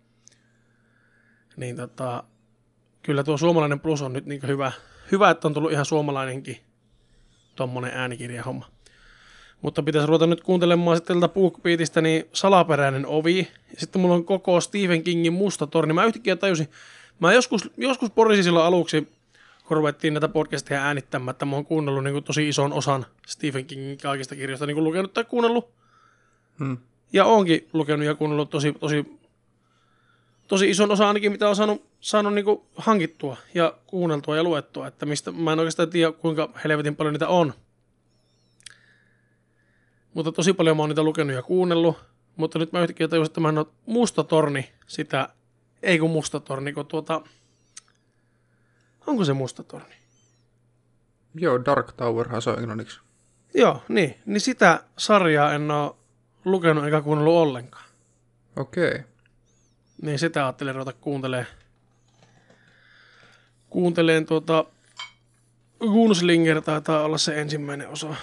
Niin tota, kyllä tuo suomalainen plus on nyt niin hyvä. Hyvä, että on tullut ihan suomalainenkin tommonen äänikirjahomma. Mutta pitäisi ruveta nyt kuuntelemaan sitten tältä BookBeatista niin Salaperäinen ovi. Ja sitten mulla on koko Stephen Kingin Musta torni. Mä yhtäkkiä tajusin, mä joskus, joskus porisin silloin aluksi, kun ruvettiin näitä podcasteja äänittämään, että mä oon kuunnellut niin kuin tosi ison osan Stephen Kingin kaikista kirjoista, niin kuin lukenut tai kuunnellut. Hmm. Ja oonkin lukenut ja kuunnellut tosi, tosi, tosi ison osan ainakin, mitä on saanut, saanut niin kuin hankittua ja kuunneltua ja luettua. Että mistä, mä en oikeastaan tiedä, kuinka helvetin paljon niitä on. Mutta tosi paljon mä oon niitä lukenut ja kuunnellut. Mutta nyt mä yhtäkkiä tajusin, että mä en ole Musta torni sitä, ei kun Musta torni, kun tuota... Onko se Musta torni? Joo, Dark Towerhan se on englanniksi. Joo, niin. Niin sitä sarjaa en ole lukenut eikä kuunnellut ollenkaan. Okei. Okay. Niin sitä ajattelin ruveta kuuntelemaan. Kuunteleen tuota... Gunslinger taitaa olla se ensimmäinen osa.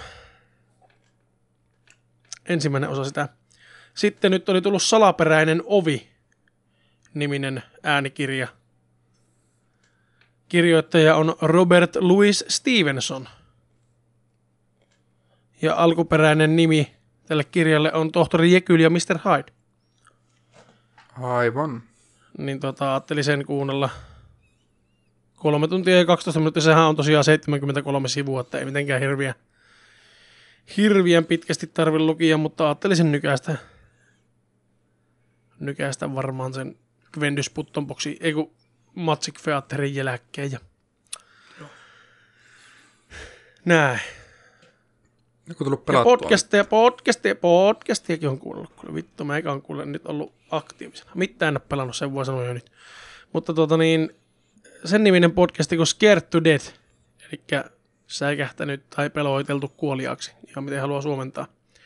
Ensimmäinen osa sitä. Sitten nyt oli tullut Salaperäinen ovi-niminen äänikirja. Kirjoittaja on Robert Louis Stevenson. Ja alkuperäinen nimi tälle kirjalle on Tohtori Jekyll ja mister Hyde. Aivan. Niin tota, ajattelin sen kuunnella. Kolme tuntia ja kaksitoista minuuttia, sehän on tosiaan seitsemänkymmentäkolme sivua, että ei mitenkään hirviä, hirviän pitkästi tarvitse lukia, mutta ajattelin sen nykäistä. Nykäistä varmaan sen Gwendys Puttonboxin, ei kun Magic Theaterin jälkeen. Ja näin. Joku tullut pelattua. Ja podcasteja, podcasteja, podcastiakin on kuunnellut. Kyllä vittu, mä eikä on kuule nyt ollut aktiivisena. Mitään en ole pelannut, sen voi sanoa jo nyt. Mutta tuota niin, sen niminen podcasti kuin Scared to Death. Eli säikähtänyt tai peloiteltu kuoliaaksi. Ihan miten haluaa suomentaa.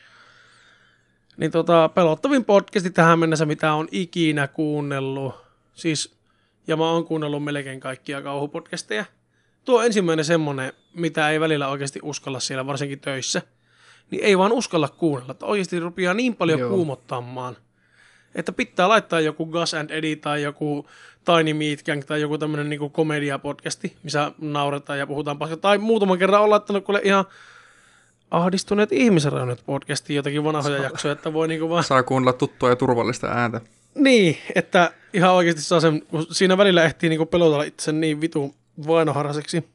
Niin tota, pelottavin podcasti tähän mennessä, mitä on ikinä kuunnellut. Siis, ja mä oon kuunnellut melkein kaikkia kauhupodcasteja. Tuo ensimmäinen semmonen, mitä ei välillä oikeasti uskalla siellä, varsinkin töissä, niin ei vaan uskalla kuunnella. Että oikeasti rupeaa niin paljon Joo. kuumottamaan, että pitää laittaa joku Gus and Eddie tai joku Tiny Meat Gang tai joku tämmönen niinku komedia-podcasti, missä nauretaan ja puhutaan paskaa. Tai muutaman kerran on laittanut kuule ihan ahdistuneet ihmisraunat podcastiin jotakin vanhoja jaksoja, että voi niinku vaan... Saa kuunnella tuttua ja turvallista ääntä. Niin, että ihan oikeasti saa sen, kun siinä välillä ehtii niinku pelotella itse niin vitu vainoharhaseksi.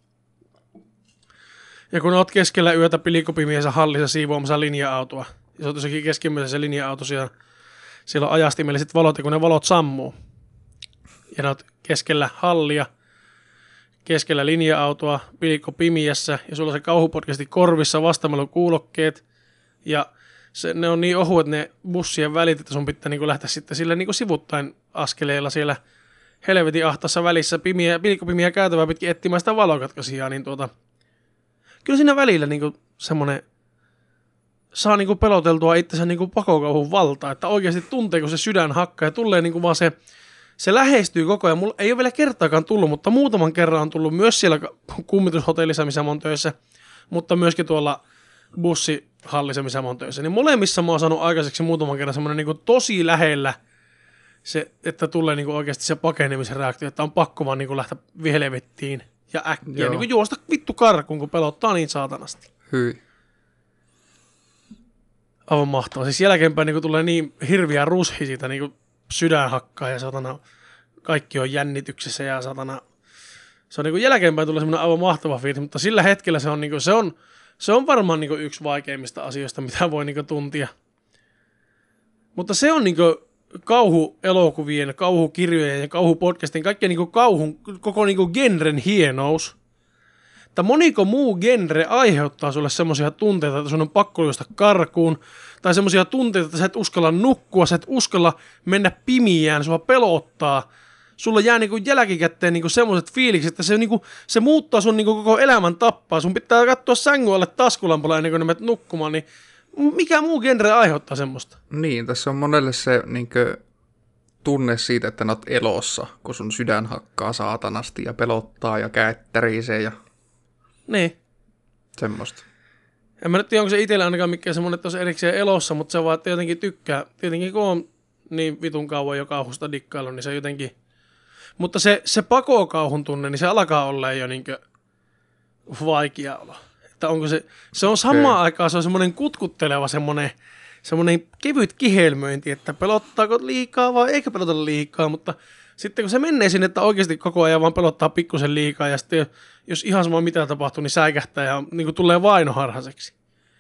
Ja kun oot keskellä yötä pilikopimiessä hallissa siivoamassa linja-autoa, ja se on tosiaankin keskimmäisessä se linja-auto siellä, siellä on ajastimelliset valot, ja kun ne valot sammuu, ja ne oot keskellä hallia, keskellä linja-autoa, pilikopimiessä, ja sulla on se kauhupodcasti korvissa, vastaamalla kuulokkeet, ja se, ne on niin ohuet ne bussien välit, että sun pitää niin lähteä sitten sille niin sivuttain askeleilla siellä helvetin ahtassa välissä pimiä, pilikopimiä käytävää pitkin etsimään sitä valokatkaisijaa, niin tuota, kyllä siinä välillä niin semmoinen saa niin peloteltua itsensä niin pakokauhun valtaa, että oikeasti tuntee, kun se sydän hakkaa ja tulee niin vaan se, se lähestyy koko ajan. Mulla ei ole vielä kertaakaan tullut, mutta muutaman kerran on tullut myös siellä kummitushotellissa, missä mä oon töissä, mutta myöskin tuolla bussihallissa, missä mä oon töissä. Niin molemmissa mä oon saanut aikaiseksi muutaman kerran semmoinen niin tosi lähellä, se, että tulee niin oikeasti se pakenemisen reaktio, että on pakko vaan niin lähteä helvettiin ja äkkiä niin juosta vittu karkuun, kun pelottaa niin saatanasti. Hyi. Aivan mahtavaa. Siis jälkeenpäin niin tulee niin hirviä rushi siitä, niin sydän hakkaa ja satana, kaikki on jännityksessä ja satana. Se on niin jälkeenpäin tulee semmoinen aivan mahtava fiilis, mutta sillä hetkellä se on, niin se on, se on varmaan niin yksi vaikeimmista asioista, mitä voi niin tuntia. Mutta se on niin kauhuelokuvien, kauhukirjojen ja kauhupodcastin, kaikkien niin kauhun, koko niin genren hienous. Että moniko muu genre aiheuttaa sulle semmoisia tunteita, että sun on pakko juosta karkuun, tai semmoisia tunteita, että sä et uskalla nukkua, sä et uskalla mennä pimiään, sua pelottaa. Sulla jää niinku jälkikäteen niinku semmoiset fiilikset, että se, niinku, se muuttaa sun niinku koko elämän tappaa. Sun pitää katsoa sängyn alle taskulampalla ennen kuin ne menet nukkumaan, niin mikä muu genre aiheuttaa semmoista? Niin, tässä on monelle se niinkö tunne siitä, että olet elossa, kun sun sydän hakkaa saatanasti ja pelottaa ja käettärisee ja niin. Semmoista. En mä nyt tiedä, onko se itsellä ainakaan mikään semmoinen, että olisi erikseen elossa, mutta se vaan, että jotenkin tykkää. Tietenkin kun on niin vitun kauan jo kauhusta dikkailu, niin se jotenkin... Mutta se, se pakokauhun tunne, niin se alkaa olla jo niinkö vaikea olo. Että onko se... Se on samaan okay. aikaan, se on semmoinen kutkutteleva semmoinen, semmoinen kevyt kihelmöinti, että pelottaako liikaa vai eikä pelota liikaa, mutta... Sitten kun se menee sinne, että oikeasti koko ajan vaan pelottaa pikkusen liikaa ja sitten jos ihan sama mitä tapahtuu, niin säikähtää ja niin kuin tulee vainoharhaiseksi.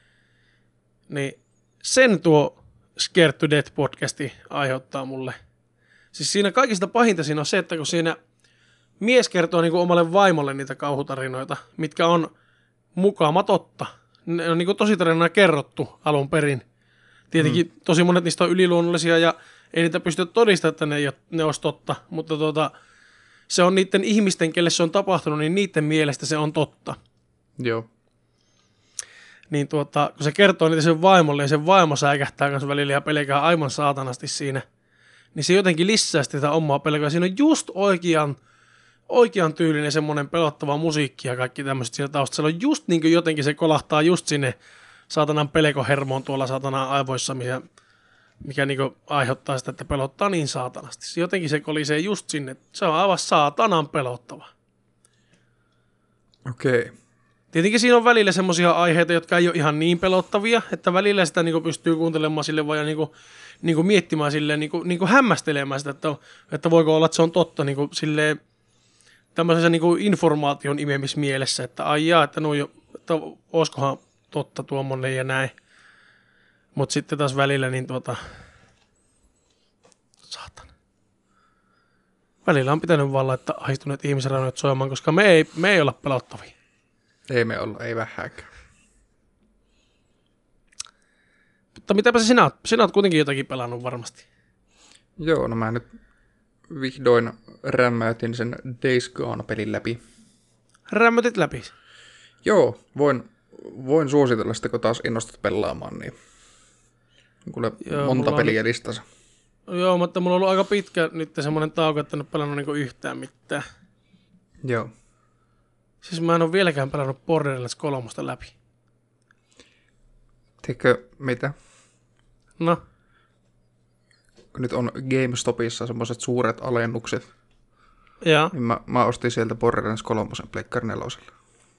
Niin sen tuo Scared to Death podcasti aiheuttaa mulle. Siis siinä kaikista pahinta siinä on se, että kun siinä mies kertoo niin kuin omalle vaimolle niitä kauhutarinoita, mitkä on mukaama totta. Ne on niin kuin tositarinana kerrottu alun perin. Tietenkin hmm. tosi monet niistä on yliluonnollisia ja ei niitä pysty todistamaan, että ne, ei ole, ne olisi totta, mutta tuota, se on niiden ihmisten, kelle se on tapahtunut, niin niiden mielestä se on totta. Joo. Niin tuota, kun se kertoo niitä sen vaimolle ja sen vaimo säikähtää kanssa välillä ja pelkää aivan saatanasti siinä, niin se jotenkin lisää sitä omaa pelkoa. Siinä on just oikean, oikean tyylinen semmoinen pelottava musiikki ja kaikki tämmöiset siellä taustalla. On just niin kuin jotenkin se kolahtaa just sinne saatanan pelekohermoon tuolla saatanan aivoissa, mikä, mikä niin kuin aiheuttaa sitä, että pelottaa niin saatanasti. Jotenkin se kolisee just sinne. Se on aivan saatanan pelottava. Okei. Okay. Tietenkin siinä on välillä semmoisia aiheita, jotka ei ole ihan niin pelottavia, että välillä sitä niin kuin pystyy kuuntelemaan sille vaan ja niin kuin, niin kuin miettimään silleen, niin kuin, niin kuin hämmästelemään sitä, että, että voiko olla, että se on totta niin kuin silleen, tämmöisessä niin kuin informaation imemismielessä, että ai jaa, että, no jo, että olisikohan totta tuommoinen ja näin. Mutta sitten taas välillä niin tuota, saatana. Välillä on pitänyt vaan laittaa ahdistuneet ihmisraunoit soimaan, koska me ei, me ei olla pelottavia. Ei me olla, ei vähääkään. Mutta mitäpä se sinä oot? Sinä oot kuitenkin jotakin pelannut varmasti. Joo, no mä nyt vihdoin rämmäytin sen Days Gone-pelin läpi. Rämmötit läpi? Joo, voin, voin suositella sitä, kun taas innostut pelaamaan, niin kuule Joo, monta peliä on... listassa. Joo, mutta mulla on ollut aika pitkä nyt semmoinen tauko, että en ole pelannut niinku yhtään mitään. Joo. Siis mä en ole vieläkään pelannut Borderlands kolme läpi. Tiedätkö mitä? No? Nyt on GameStopissa semmoiset suuret alennukset. Joo. Niin mä, mä ostin sieltä Borderlands kolme Pleikkari neloselle.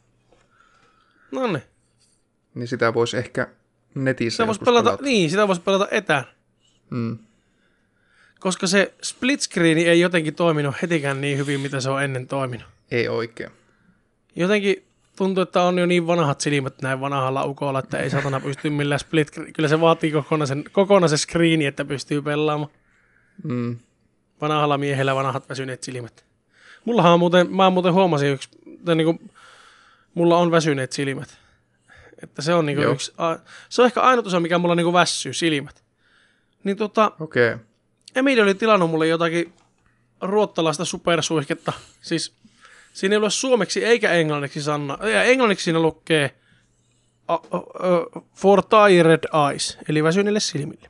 Noniin. Niin sitä voisi ehkä netissä sitä voisi pelata, pelata. Niin, sitä voisi pelata etään. Mm. Koska se split screeni ei jotenkin toiminut hetikään niin hyvin, mitä se on ennen toiminut. Ei oikein. Jotenkin tuntuu, että on jo niin vanhat silmät näin vanhalla ukolla, että ei satana pysty millään split. Kyllä se vaatii kokonaisen, kokonaisen screeni, että pystyy pelaamaan. Mm. Vanhalla miehellä vanhat väsyneet silmät. Mullahan on muuten, mä muuten huomasin yksi, että niin kuin, mulla on väsyneet silmät. Että se on niin kuin yksi, se on ehkä ainut osa, mikä mulla niin kuin väsyy, silmät. Niin tota, okei. Okay. Emili oli tilannut mulle jotakin ruottalaista supersuihketta. Siis siinä ei ole suomeksi eikä englanniksi sana. Ja englanniksi siinä lukee uh, uh, uh, for tired eyes, eli väsyneille silmille.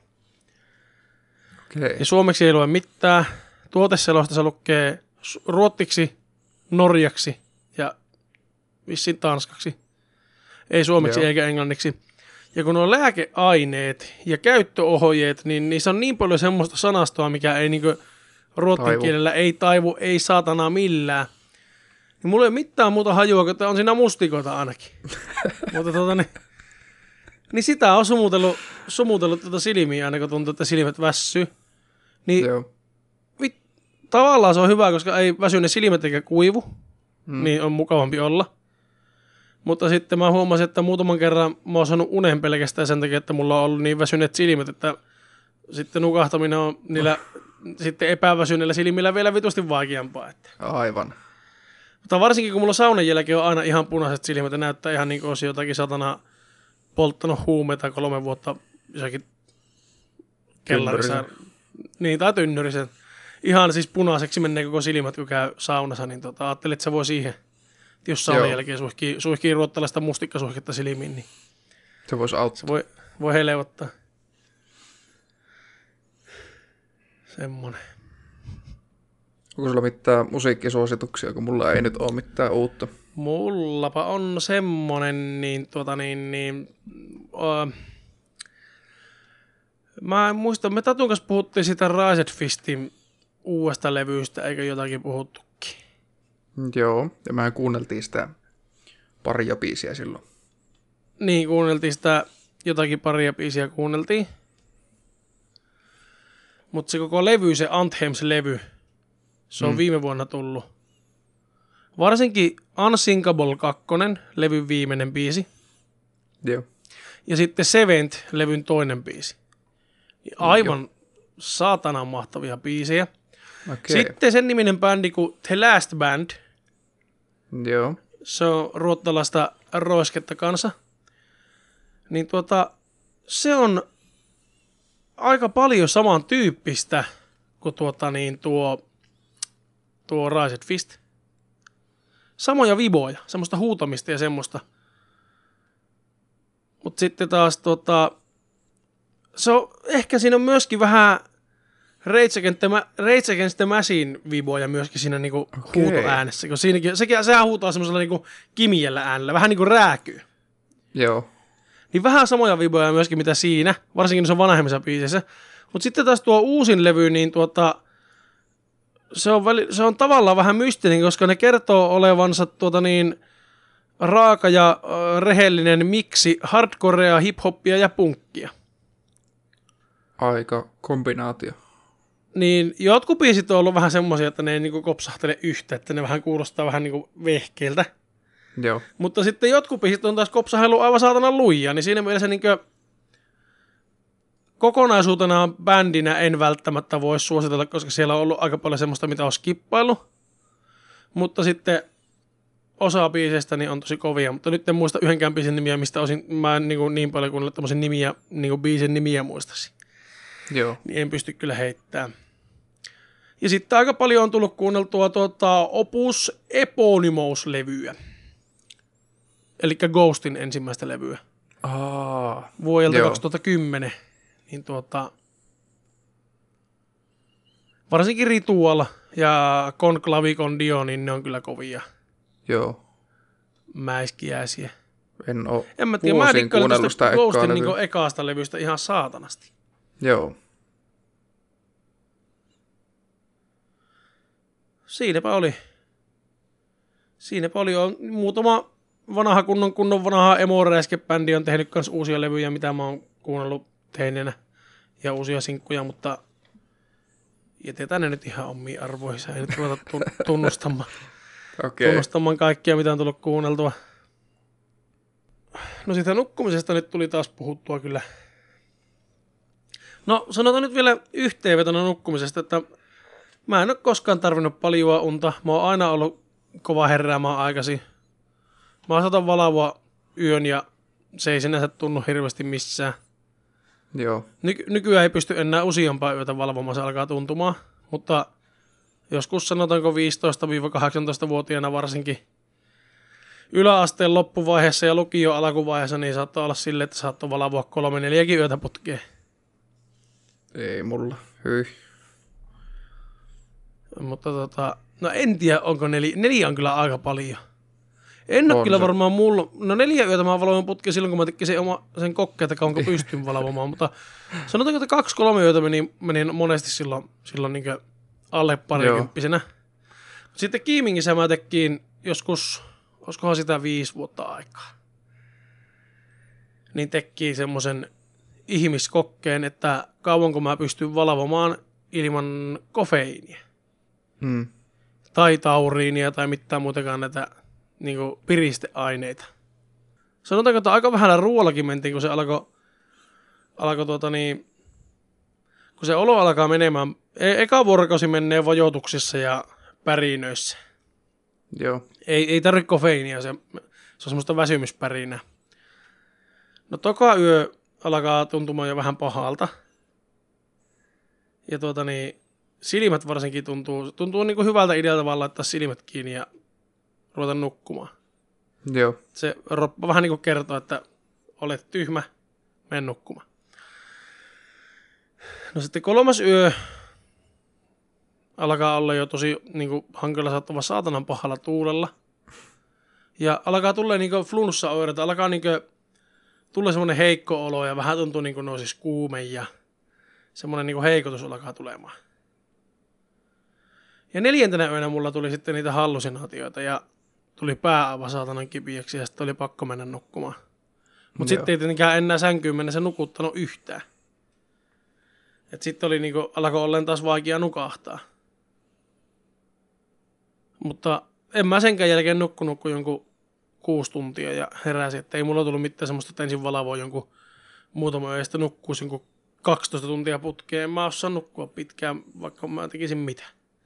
Okay. Ja suomeksi ei lue mitään. Tuoteselosta se lukee ruottiksi, norjaksi ja vissiin tanskaksi. Ei suomeksi Joo. eikä englanniksi. Ja kun on lääkeaineet ja käyttöohjeet, niin niissä on niin paljon semmoista sanastoa, mikä ei niin ruotsin kielellä ei taivu, ei saatanaa millään. Niin mulla ei ole mitään muuta hajua, kun on siinä mustikoita ainakin. Mutta tota niin, niin sitä on sumutellut, sumutellut tuota silmiä aina, kun tuntuu, että silmät väsyy. Niin Joo. Vit, tavallaan se on hyvä, koska ei väsy ne silmät eikä kuivu, hmm. niin on mukavampi olla. Mutta sitten mä huomasin, että muutaman kerran mä oon saanut unen pelkästään sen takia, että mulla on ollut niin väsyneet silmät, että sitten nukahtaminen on niillä sitten epäväsyneillä silmillä vielä vitusti vaikeampaa. Että. Aivan. Mutta varsinkin kun mulla saunan jälkeen on aina ihan punaiset silmät ja näyttää ihan niin kuin olisi jotakin satana polttanut huumeita kolme vuotta jossakin kellarissa. Niin, tai tynnyrisen. Ihan siis punaiseksi menee koko silmät, kun käy saunassa, niin tota, ajattelin, että se voi siihen, jos saunan Joo. jälkeen suihkii, suihkii ruottalaista mustikkasuihketta silmiin, niin se voisi auttaa. Se voi, voi helpottaa. Semmonen. Onko sulla mitään musiikkisuosituksia, kun mulla ei nyt ole mitään uutta? Mullapa on semmonen, niin tuota niin, niin uh, mä en muista, me Tatun kanssa puhuttiin sitä Rise Fistin uudesta levystä, eikö jotakin puhuttukin? Joo, ja mehän kuunneltiin sitä paria biisiä silloin. Niin, kuunneltiin sitä, jotakin paria biisiä kuunneltiin. Mutta se koko levy, se Anthems-levy, se on mm. viime vuonna tullut. Varsinkin Unsinkable kaksi, levyn viimeinen biisi. Joo. Ja sitten Seventh, levyn toinen biisi. Aivan Joo. saatanan mahtavia biisejä. Okay. Sitten sen niminen bändi kuin The Last Band. Joo. Se on ruottalaista roisketta kanssa. Niin tuota, se on aika paljon samantyyppistä kuin tuota niin tuo, tuo Rise Fist. Samoja viboja, semmoista huutamista ja semmoista. Mutta sitten taas tota, se on, ehkä siinä on myöskin vähän Rage Against the, Ma- Rage Against the Machine viboja myöskin siinä niinku Okei. huutoäänessä, kun siinäkin, sekin, sehän huutaa semmoisella niinku kimiellä äänellä, vähän niinku rääkyy. Joo. Niin vähän samoja viboja myöskin mitä siinä, varsinkin se on vanhemmissa biisissä. Mutta sitten taas tuo uusin levy, niin tuota, se on, väli, se on tavallaan vähän mystinen, koska ne kertoo olevansa tuota niin raaka ja äh, rehellinen miksi hardcorea, hiphoppia ja punkkia. Aika kombinaatio. Niin jotkut biisit on ollut vähän semmoisia, että ne ei niinku kopsahtele yhtä, että ne vähän kuulostaa vähän niinku vehkeiltä. Joo. Mutta sitten jotkut biisit on taas kopsahellut aivan saatana luijaa, niin siinä mielessä niinku kokonaisuutena bändinä en välttämättä voi suositella, koska siellä on ollut aika paljon semmoista, mitä on skippaillut. Mutta sitten osa biiseistä niin on tosi kovia, mutta nyt en muista yhdenkään biisin nimiä, mistä osin mä en niin, niin paljon kuin tämmöisen nimiä, niin biisin nimiä muistaisin. Joo. Niin en pysty kyllä heittämään. Ja sitten aika paljon on tullut kuunneltua tuota Opus Eponymous-levyä. Eli Ghostin ensimmäistä levyä. Aa. Vuodelta Joo. kaksituhattakymmenen. Niin tuota, varsinkin Ritual ja Conclavi Con Dio, niin ne on kyllä kovia Joo. mäiskiäisiä. En oo En mä tiedä, mä vuosiin dikkailin kuunnellut tuosta sitä Ghostin ekkaa niinku levyä. ekaasta levystä ihan saatanasti. Joo. Siinäpä oli. Siinäpä oli. On muutama vanha kunnon kunnon vanha emo-räiskebändi on tehnyt kans uusia levyjä, mitä mä oon kuunnellut teinenä. Ja uusia sinkkuja, mutta jätetään ne nyt ihan omiin arvoihinsa. Ei nyt ruveta tun- tunnustamaan, Okei. tunnustamaan kaikkia, mitä on tullut kuunneltua. No siitä nukkumisesta nyt tuli taas puhuttua kyllä. No sanotaan nyt vielä yhteenvetona nukkumisesta, että mä en ole koskaan tarvinnut paljoa unta. Mä oon aina ollut kova heräämään aikaisin. Mä saatan valavoa yön ja se ei sinänsä tunnu hirveästi missään. Joo. Ny- nykyään ei pysty enää useampaa yötä valvomaan, se alkaa tuntumaan. Mutta joskus sanotaanko viisitoista–kahdeksantoista-vuotiaana varsinkin yläasteen loppuvaiheessa ja lukion alkuvaiheessa, niin saattaa olla silleen, että saattoi valvoa kolme neljäkin yötä putkeen. Ei mulla. Hyi. Mutta tota, no en tiedä, onko neljä. Neljä on kyllä aika paljon. En ole On kyllä se. varmaan mulla. No neljä yötä mä valvoin putkeen silloin, kun mä tekin sen, oma, sen kokkeen, että onko pystyn valvomaan. Mutta sanotaanko, että kaksi kolme yötä meni, meni monesti silloin, silloin niin alle parikymppisenä. Sitten Kiimingissä mä tekin joskus, olisikohan sitä viisi vuotta aikaa. Niin teki semmoisen ihmiskokkeen, että kauanko mä pystyn valvomaan ilman kofeiinia. Mm. Tai tauriinia tai mitään muutakaan näitä niin kuin piristeaineita. Sanotaanko, että aika vähällä ruoallakin mentiin, kun se alkoi, alkoi tuota niin, kun se olo alkaa menemään, e- eka vuorokausi menee vajoituksissa ja pärinöissä. Joo. Ei, ei tarvitse kofeiinia, se, se on semmoista väsymyspärinää. No toka yö alkaa tuntumaan jo vähän pahalta. Ja tuota niin, silmät varsinkin tuntuu, tuntuu niin kuin hyvältä idealta vaan laittaa silmät kiinni ja ruveta nukkumaan. Joo. Se roppa vähän niin kuin kertoo, että olet tyhmä, mene nukkumaan. No sitten kolmas yö alkaa olla jo tosi niin kuin hankala saattava saatanan pahalla tuulella. Ja alkaa tulla niin kuin flunssa-oireita, alkaa niin kuin tulla semmoinen heikko olo ja vähän tuntuu niin kuin nousisi kuume ja semmoinen niin kuin heikotus alkaa tulemaan. Ja neljäntenä yönä mulla tuli sitten niitä hallusinaatioita ja tuli pää aivan saatanan kipiäksi ja sitten oli pakko mennä nukkumaan. Mutta Joo. sitten ei tietenkään enää sänkyyn mennä se nukuttanut yhtään. Et sitten oli niinku, alkoi olleen taas vaikea nukahtaa. Mutta en mä senkään jälkeen nukkunut kuin jonkun kuusi tuntia ja heräsin, että ei mulla tullut mitään semmoista, että ensin valvoa jonkun muutama yö ja sitten nukkuisi jonkun kaksitoista tuntia putkeen. En mä osaa nukkua pitkään, vaikka mä tekisin mitä.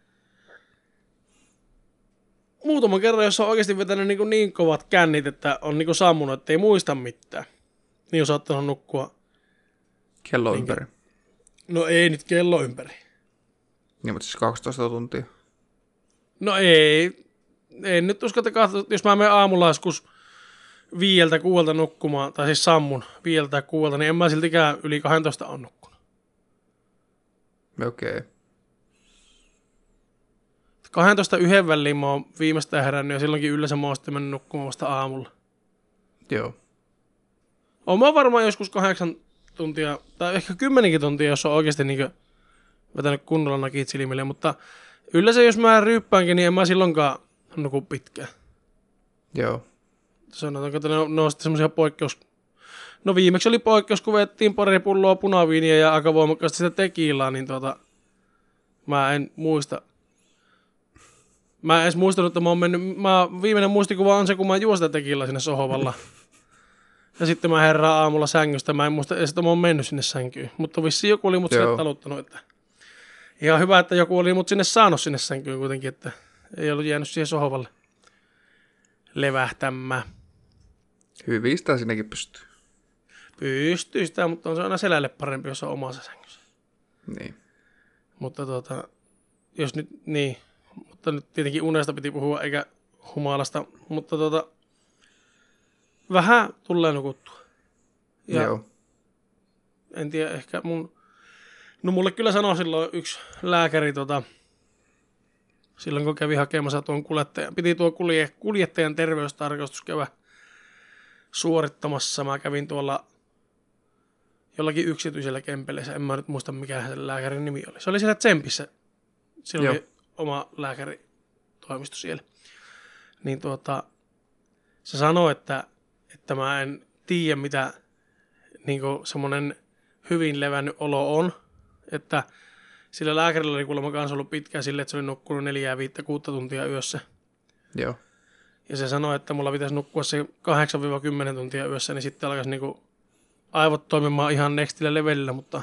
Muutaman kerran, jos on oikeasti vetänyt niin, niin kovat kännit, että on niin sammunut, että ei muista mitään, niin on saattanut nukkua. Kello Minkä? ympäri. No ei nyt kello ympäri. Niin, mutta siis kaksitoista tuntia. No ei. Ei nyt uskata katsoa, jos mä menen aamulla joskus viieltä kuuelta nukkumaan, tai siis sammun viieltä kuuelta, niin en mä siltikään yli kaksitoista on nukkunut. Okei. Okay. kaksitoista yhden väliin mä oon viimeistään herännyt ja silloinkin yleensä mä oon sitten mennyt nukkumaan vasta aamulla. Joo. Oon mä varmaan joskus kahdeksan tuntia, tai ehkä kymmenenkin tuntia, jos on oikeasti niin vetänyt kunnolla nakit silmille, mutta yleensä jos mä ryyppäänkin, niin en mä silloinkaan nuku pitkään. Joo. Sanotaanko, että ne on, ne on sitten semmosia poikkeus... No viimeksi oli poikkeus, kun vettiin pari pulloa punaviiniä ja aika voimakkaasti sitä tekiilaa, niin tuota... Mä en muista... Mä en edes muistanut, että mä oon mennyt... Mä, viimeinen muistikuva on se, kun mä juon sitä tekiilaa sinne sohvalla. Ja sitten mä herään aamulla sängystä. Mä en muista edes, että mä oon mennyt sinne sänkyyn. Mutta vissiin joku oli mut sinne taluttanut, että... Ihan hyvä, että joku oli mut sinne saanut sinne sänkyyn kuitenkin, että... Ei ollut jäänyt siihen sohvalle levähtämään. Hyvin sitä sinnekin pystyy. Pystyy sitä, mutta on se aina selälle parempi, jos on omassa sängyssä. Niin. Mutta tuota, jos nyt, niin, mutta nyt tietenkin unesta piti puhua, eikä humalasta, mutta tuota, vähän tulee nukuttua. Ja joo. En tiedä, ehkä mun, no mulle kyllä sanoi silloin yksi lääkäri, tota, silloin kun kävi hakemassa tuon kuljettajan, piti tuo kulje, kuljettajan terveystarkastus käydä suorittamassa. Mä kävin tuolla jollakin yksityisellä kempeleessä, en mä nyt muista mikä se lääkärin nimi oli. Se oli siellä Tsempissä, siellä oli oma lääkäritoimisto siellä. Niin tuota, se sanoi, että, että mä en tiedä mitä niinku semmonen hyvin levännyt olo on, että sillä lääkärillä oli kuulemma kanssa ollut pitkään silleen, että se oli nukkunut neljää, viittä, kuutta tuntia yössä. Joo. Ja se sanoi, että mulla pitäisi nukkua se kahdeksan kymmenen tuntia yössä, niin sitten alkaisi niinku aivot toimimaan ihan nextillä levelillä, mutta,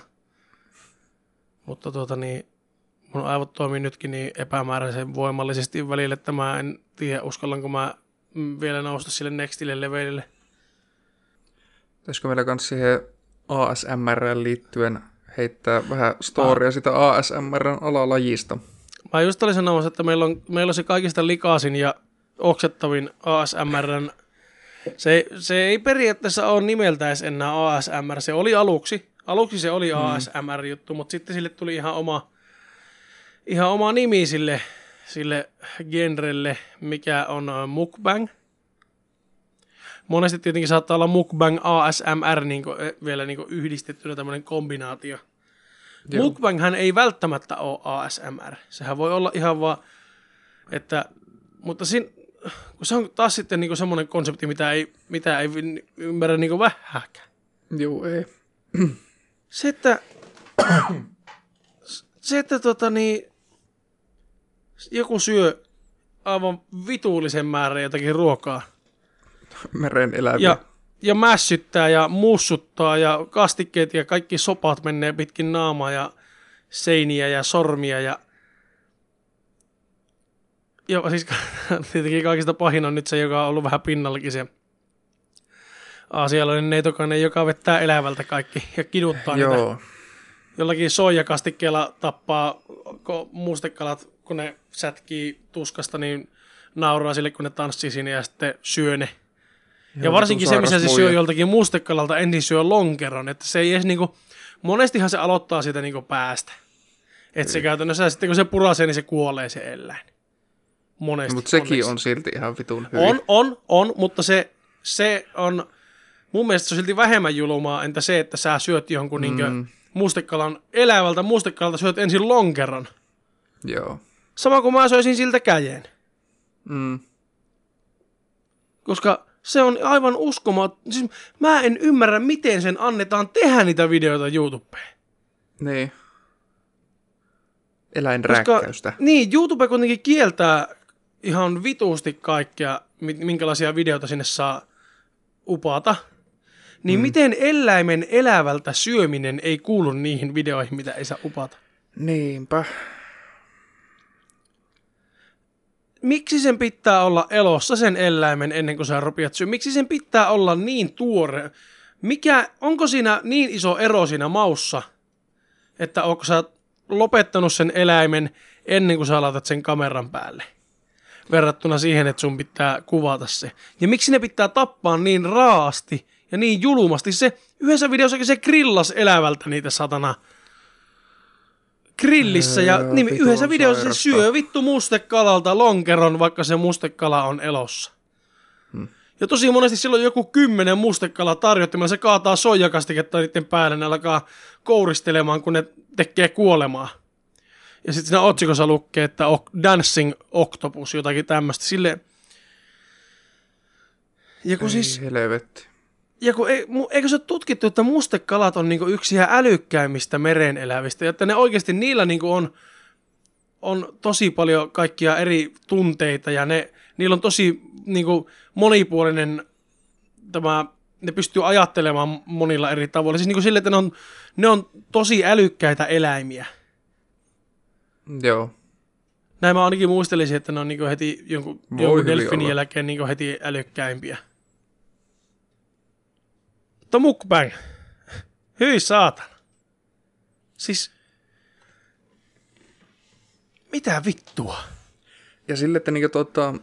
mutta tuota niin, mun aivot toimii nytkin niin epämääräisen voimallisesti välillä, että mä en tiedä, uskallanko mä vielä nousta sille nextille levelille. Olisiko meillä kans siihen A S M R:ään liittyen heittää vähän storia ah. sitä A S M R:n alalajista? Mä just olin sanomassa, että meillä on, meillä on se kaikista likaisin ja oksettavin A S M R:n. Se, se ei periaatteessa ole nimeltä edes enää A S M R. Se oli aluksi. Aluksi se oli A S M R-juttu, mutta sitten sille tuli ihan oma, ihan oma nimi sille, sille genrelle, mikä on mukbang. Monesti tietenkin saattaa olla mukbang A S M R niin kuin, vielä niin kuin yhdistettynä tämmöinen kombinaatio. Joo. Mukbanghän ei välttämättä ole A S M R. Sehän voi olla ihan vaan, että, mutta siinä, kun se on taas sitten niin kuin semmoinen konsepti, mitä ei, mitä ei ymmärrä niin kuin vähäkään. Joo, ei. Se, että, se, että tota niin, joku syö aivan vituullisen määrän jotakin ruokaa. Meren eläviä. Ja, ja mässyttää ja mussuttaa ja kastikkeet ja kaikki sopat menee pitkin naamaa ja seiniä ja sormia ja joo, siis tietenkin kaikista pahin on nyt se, joka on ollut vähän pinnallakin se aasialainen neitokainen, joka vettää elävältä kaikki ja kiduttaa joo. niitä. Jollakin soijakastikkeella tappaa mustekalat, kun ne sätkii tuskasta, niin nauraa sille, kun ne tanssii siinä ja sitten syö ne. Joo, ja varsinkin se, missä se syö joltakin mustekalalta, ensin syö lonkeron. Että se ei edes niinku, monestihan se aloittaa siitä niinku päästä. Että se käytännössä sitten kun se purasee, niin se kuolee se eläin. Monesti. Mutta sekin onneksi. On silti ihan vitun hyvin. On, on, on, mutta se, se on, mun mielestä se on silti vähemmän julmaa, entä se, että sä syöt jonkun mm. niinkö mustekalan, elävältä mustekalalta syöt ensin lonkeron. Joo. Sama kuin mä söisin siltä käjeen. Mm. Koska se on aivan uskomaton. Siis mä en ymmärrä, miten sen annetaan tehdä niitä videoita YouTubeen. Niin. Eläinrääkkäystä. Koska, niin, YouTube kuitenkin kieltää ihan vituusti kaikkea, minkälaisia videoita sinne saa upata. Niin mm. miten eläimen elävältä syöminen ei kuulu niihin videoihin, mitä ei saa upata? Niinpä. Miksi sen pitää olla elossa sen eläimen ennen kuin sä rupeat syö? Miksi sen pitää olla niin tuore? Mikä, onko siinä niin iso ero siinä maussa, että onko sä lopettanut sen eläimen ennen kuin sä laitat sen kameran päälle? Verrattuna siihen, että sun pitää kuvata se. Ja miksi ne pitää tappaa niin raasti ja niin julmasti? Se yhdessä videossakin se grillas elävältä niitä satana grillissä ja Öö, niin, vitun yhdessä videossa se sairasta. syö vittu mustekalalta lonkeron, vaikka se mustekala on elossa. Hmm. Ja tosi monesti silloin joku kymmenen mustekala tarjottimella, se kaataa soijakastiketta niiden päälle, ne alkaa kouristelemaan, kun ne tekee kuolemaa. Ja sitten siinä otsikossa lukee, että Dancing Octopus, jotakin tämmöistä. Silleen... Ja kun Ei siis... helvetti. Ja kun ei, eikö se ole tutkittu, että mustekalat on niinku yksi ihan älykkäimmistä meren elävistä, ja että ne oikeasti niillä niinku on, on tosi paljon kaikkia eri tunteita, ja ne, niillä on tosi niinku monipuolinen tämä, ne pystyy ajattelemaan monilla eri tavoilla. Siis niinku sille, että ne on, ne on tosi älykkäitä eläimiä. Joo. Näin mä ainakin muistelisin, että ne on niinku heti jonkun, jonkun delfinin olla. jälkeen niinku heti älykkäimpiä. Mutta mukbang. Hyi saatana. Siis... Mitä vittua? Ja sille, että niinku tota...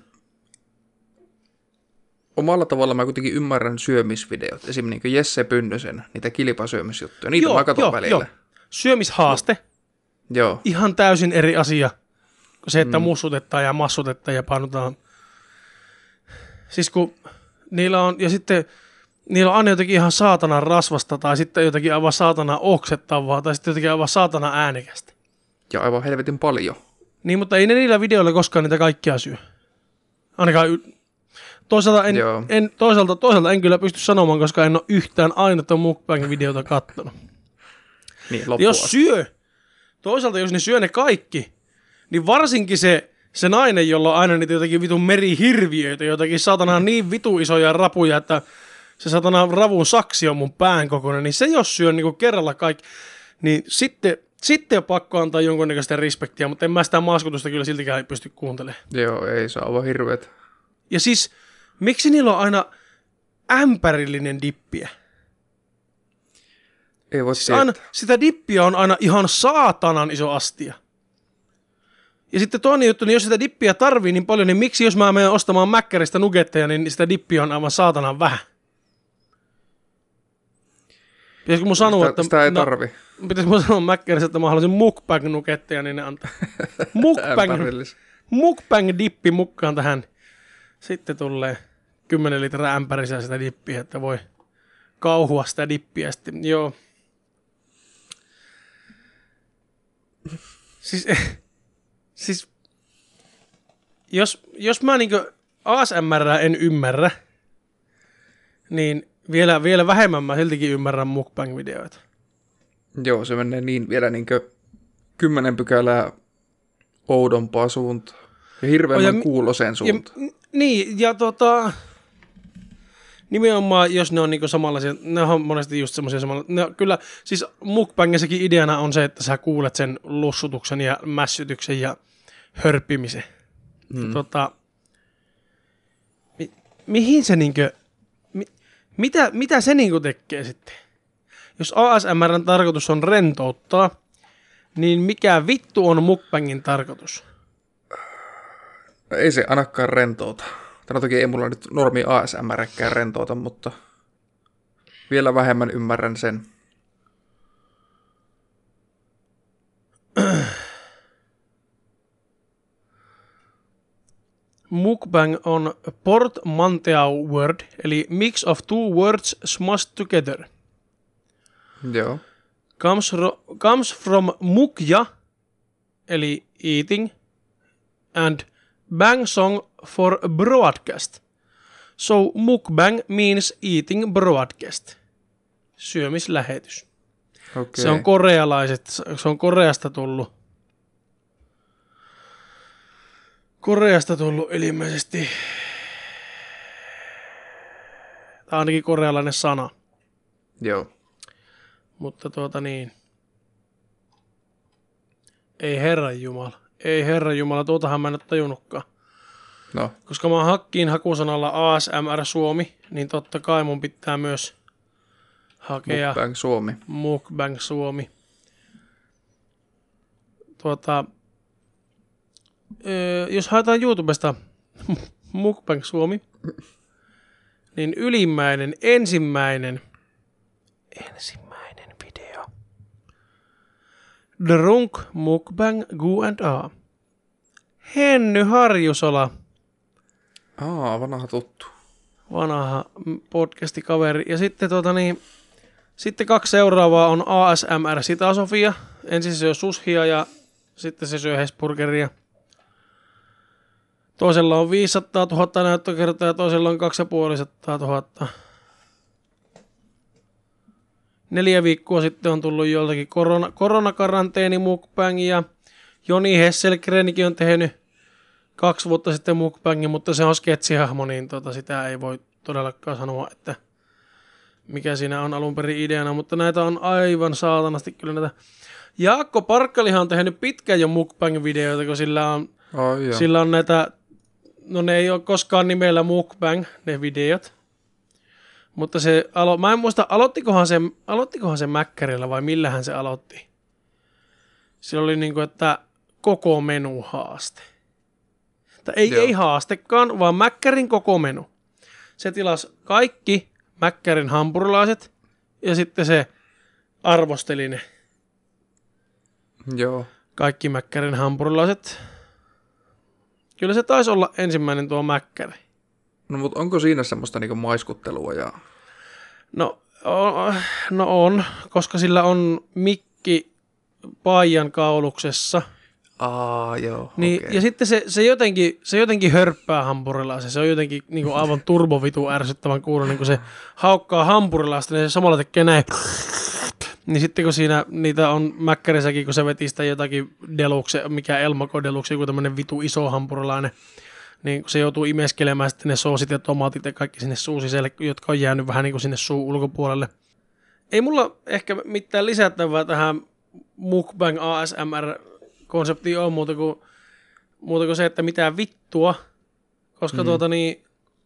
Omalla tavalla mä kuitenkin ymmärrän syömisvideot. Esimerkiksi niin Jesse Pynnösen, niitä kilpasyömisjuttuja. Niitä joo, mä katon joo, välillä. Joo. Syömishaaste. Joo. Ihan täysin eri asia kuin se, että mm. mussutetaan ja massutetaan ja painutaan. Siis kun niillä on... Ja sitten... Niillä on aina jotenkin ihan saatanan rasvasta tai sitten jotenkin aivan saatana oksettavaa tai sitten jotenkin aivan saatana äänekästä. Ja aivan helvetin paljon. Niin, mutta ei ne niillä videoilla koskaan niitä kaikkia syö. Ainakaan y- toisaalta en, en, toisaalta, toisaalta en kyllä pysty sanomaan, koska en ole yhtään ainutta mukbang-videota kattonut. Niin, jos syö, toisaalta jos ne syö ne kaikki, niin varsinkin se, se nainen, jolla on aina niitä jotakin vitun merihirviöitä, jotakin saatana niin vitu isoja rapuja, että se satana ravun saksi on mun pään kokoinen, niin se jos syö niin kerralla kaikki, niin sitten, sitten on pakko antaa jonkunnäköistä respektiä, mutta en mä sitä maaskutusta kyllä siltikään pysty kuuntelemaan. Joo, ei saa aivan hirveet. Ja siis, miksi niillä on aina ämpärillinen dippiä? Ei voi siis aina, sitä dippiä on aina ihan saatanan iso astia. Ja sitten toinen juttu, niin jos sitä dippiä tarvii niin paljon, niin miksi jos mä menen ostamaan Mäkkäristä nuggetteja, niin sitä dippiä on aivan saatanan vähän? Pitäisikö mun sanoa, sitä, että... Sitä ei no, tarvi. Pitäisikö mun sanoa Mäkkärissä, että mä haluaisin mukbang-nuketteja, niin ne antaa. Mukbang, mukbang-dippi mukaan tähän. Sitten tulee kymmenen litraa ämpärissä sitä dippiä, että voi kauhua sitä dippiä sitten. Joo. Siis... siis jos, jos mä niinkö A S M R en ymmärrä, niin... Vielä, vielä vähemmän mä siltikin ymmärrän mukbang-videoita. Joo, se menee niin vielä niinkö kymmenen pykälää oudompaa suuntaan. Ja hirveämmän oh, kuuloseen suuntaan. Ja, niin, ja tota... Nimenomaan, jos ne on niinku samanlaisia, ne on monesti just semmoisia samanlaisia. Kyllä, siis mukbangissakin ideana on se, että sä kuulet sen lussutuksen ja mässytyksen ja hörppimisen. Hmm. Tota... Mi, mihin se niinkö... Mitä, mitä se niinku tekee sitten? Jos A S M R:n tarkoitus on rentouttaa, niin mikä vittu on mukbangin tarkoitus? No ei se ainakaan rentouta. Tänä toki ei mulla nyt normi A S M R:kään rentouta, mutta vielä vähemmän ymmärrän sen. Mukbang on portmanteau word, eli mix of two words smushed together. Joo. Comes, ro- comes from mukja, eli eating, and bang song for broadcast. So mukbang means eating broadcast. Syömislähetys. Okay. Se on korealaiset, se on Koreasta tullut. Koreasta tullut ilmeisesti. Tämä on ainakin korealainen sana. Joo. Mutta tuota niin. Ei herran jumala. Ei herran jumala, tuotahan mä en ole tajunnutkaan. No. Koska mä hakkiin hakusanalla A S M R Suomi, niin totta kai mun pitää myös hakea Mukbang Suomi. Mukbang Suomi. Tuota... Öö, jos haetaan YouTubesta Mukbang Suomi, niin ylimmäinen, ensimmäinen, ensimmäinen video. Drunk Mukbang Q and A. Henny Harjusola. Aa, vanha tuttu. Vanha podcastikaveri. Ja sitten, tota niin, sitten kaksi seuraavaa on A S M R Sita Sofia. Ensin se syö sushia ja sitten se syö Hesburgeria. Toisella on viisisataatuhatta näyttökertaa ja toisella on kaksisataaviisikymmentätuhatta. Neljä viikkoa sitten on tullut joltakin korona, koronakaranteeni mukbang ja Joni Hesselgrenikin on tehnyt kaksi vuotta sitten mukbangin, mutta se on sketsihahmo, niin tota, sitä ei voi todellakaan sanoa, että mikä siinä on alun perin ideana, mutta näitä on aivan saatanasti kyllä näitä. Jaakko Parkkalihan on tehnyt pitkään jo mukbang-videoita, kun sillä on, oh, sillä on näitä, no ne ei ole koskaan nimellä mukbang, ne videot. Mutta se, alo- mä en muista, aloittikohan se, aloittikohan se Mäkkärillä vai millähän se aloitti. Siellä oli niinku, että koko menu haaste. Tai ei, ei haastekaan, vaan Mäkkärin koko menu. Se tilasi kaikki Mäkkärin hampurilaiset ja sitten se arvosteli ne. Joo. Kaikki Mäkkärin hampurilaiset. Kyllä se taisi olla ensimmäinen tuo Mäkkäri. No mutta onko siinä semmoista niinku maiskuttelua? Ja... No, o, no on, koska sillä on mikki paijan kauluksessa. Aa, joo, niin, okay. Ja sitten se, se, jotenkin, se jotenkin hörppää hampurilaisen. Se on jotenkin niin kuin aivan turbovitu ärsyttävän kuulonen, kun se haukkaa hampurilaista, niin se samalla tekee näin. Niin sitten kun siinä niitä on Mäkkärissäkin, kun se veti sitä jotakin deluxe, mikä Elmako deluxe, joku tämmönen vitu iso hampurilainen, niin kun se joutuu imeskelemään sitten ne soosit ja tomaatit ja kaikki sinne suusiselle, jotka on jäänyt vähän niin kuin sinne suun ulkopuolelle. Ei mulla ehkä mitään lisättävää tähän mukbang A S M R-konseptiin ole muuta kuin, muuta kuin se, että mitään vittua, koska mm. tuota niin,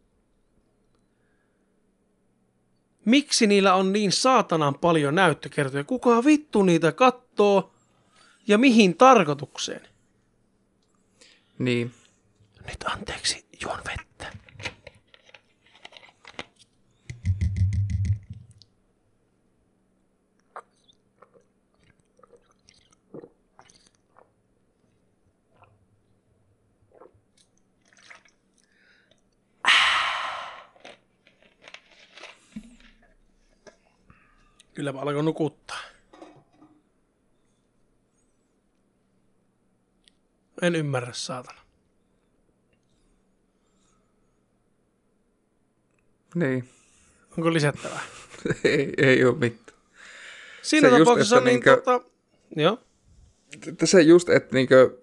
miksi niillä on niin saatanan paljon näyttökertoja? Kuka vittu niitä kattoo ja mihin tarkoitukseen? Niin. Nyt anteeksi, juon vettä. Kylläpä alkoi nukuttaa. En ymmärrä, saatana. Niin. Onko lisättävää? ei, ei ole mitään. Siinä se tapauksessa just, niin niinkö, tota... Joo. Se just, että niinkö,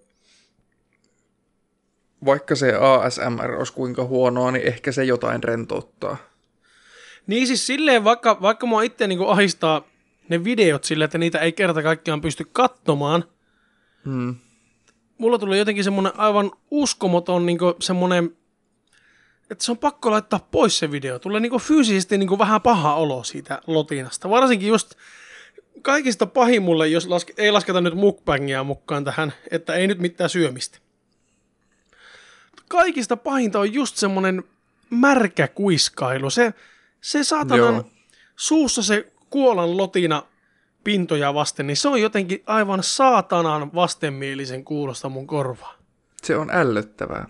vaikka se A S M R olisi kuinka huonoa, niin ehkä se jotain rentouttaa. Niin siis silleen, vaikka, vaikka mua itse niin ahistaa ne videot silleen, että niitä ei kerta kaikkiaan pysty katsomaan, hmm. mulla tuli jotenkin semmoinen aivan uskomaton niin semmoinen, että se on pakko laittaa pois se video. Tulee niin fyysisesti niin vähän paha olo siitä lotinasta. Varsinkin just kaikista pahin mulle, jos laske, ei lasketa nyt mukbangia mukaan tähän, että ei nyt mitään syömistä. Kaikista pahinta on just semmoinen märkä kuiskailu. Se, se saatanan Joo. suussa se kuolan lotina pintoja vasten, niin se on jotenkin aivan saatanan vastenmielisen kuulosta mun korvaa. Se on ällöttävää.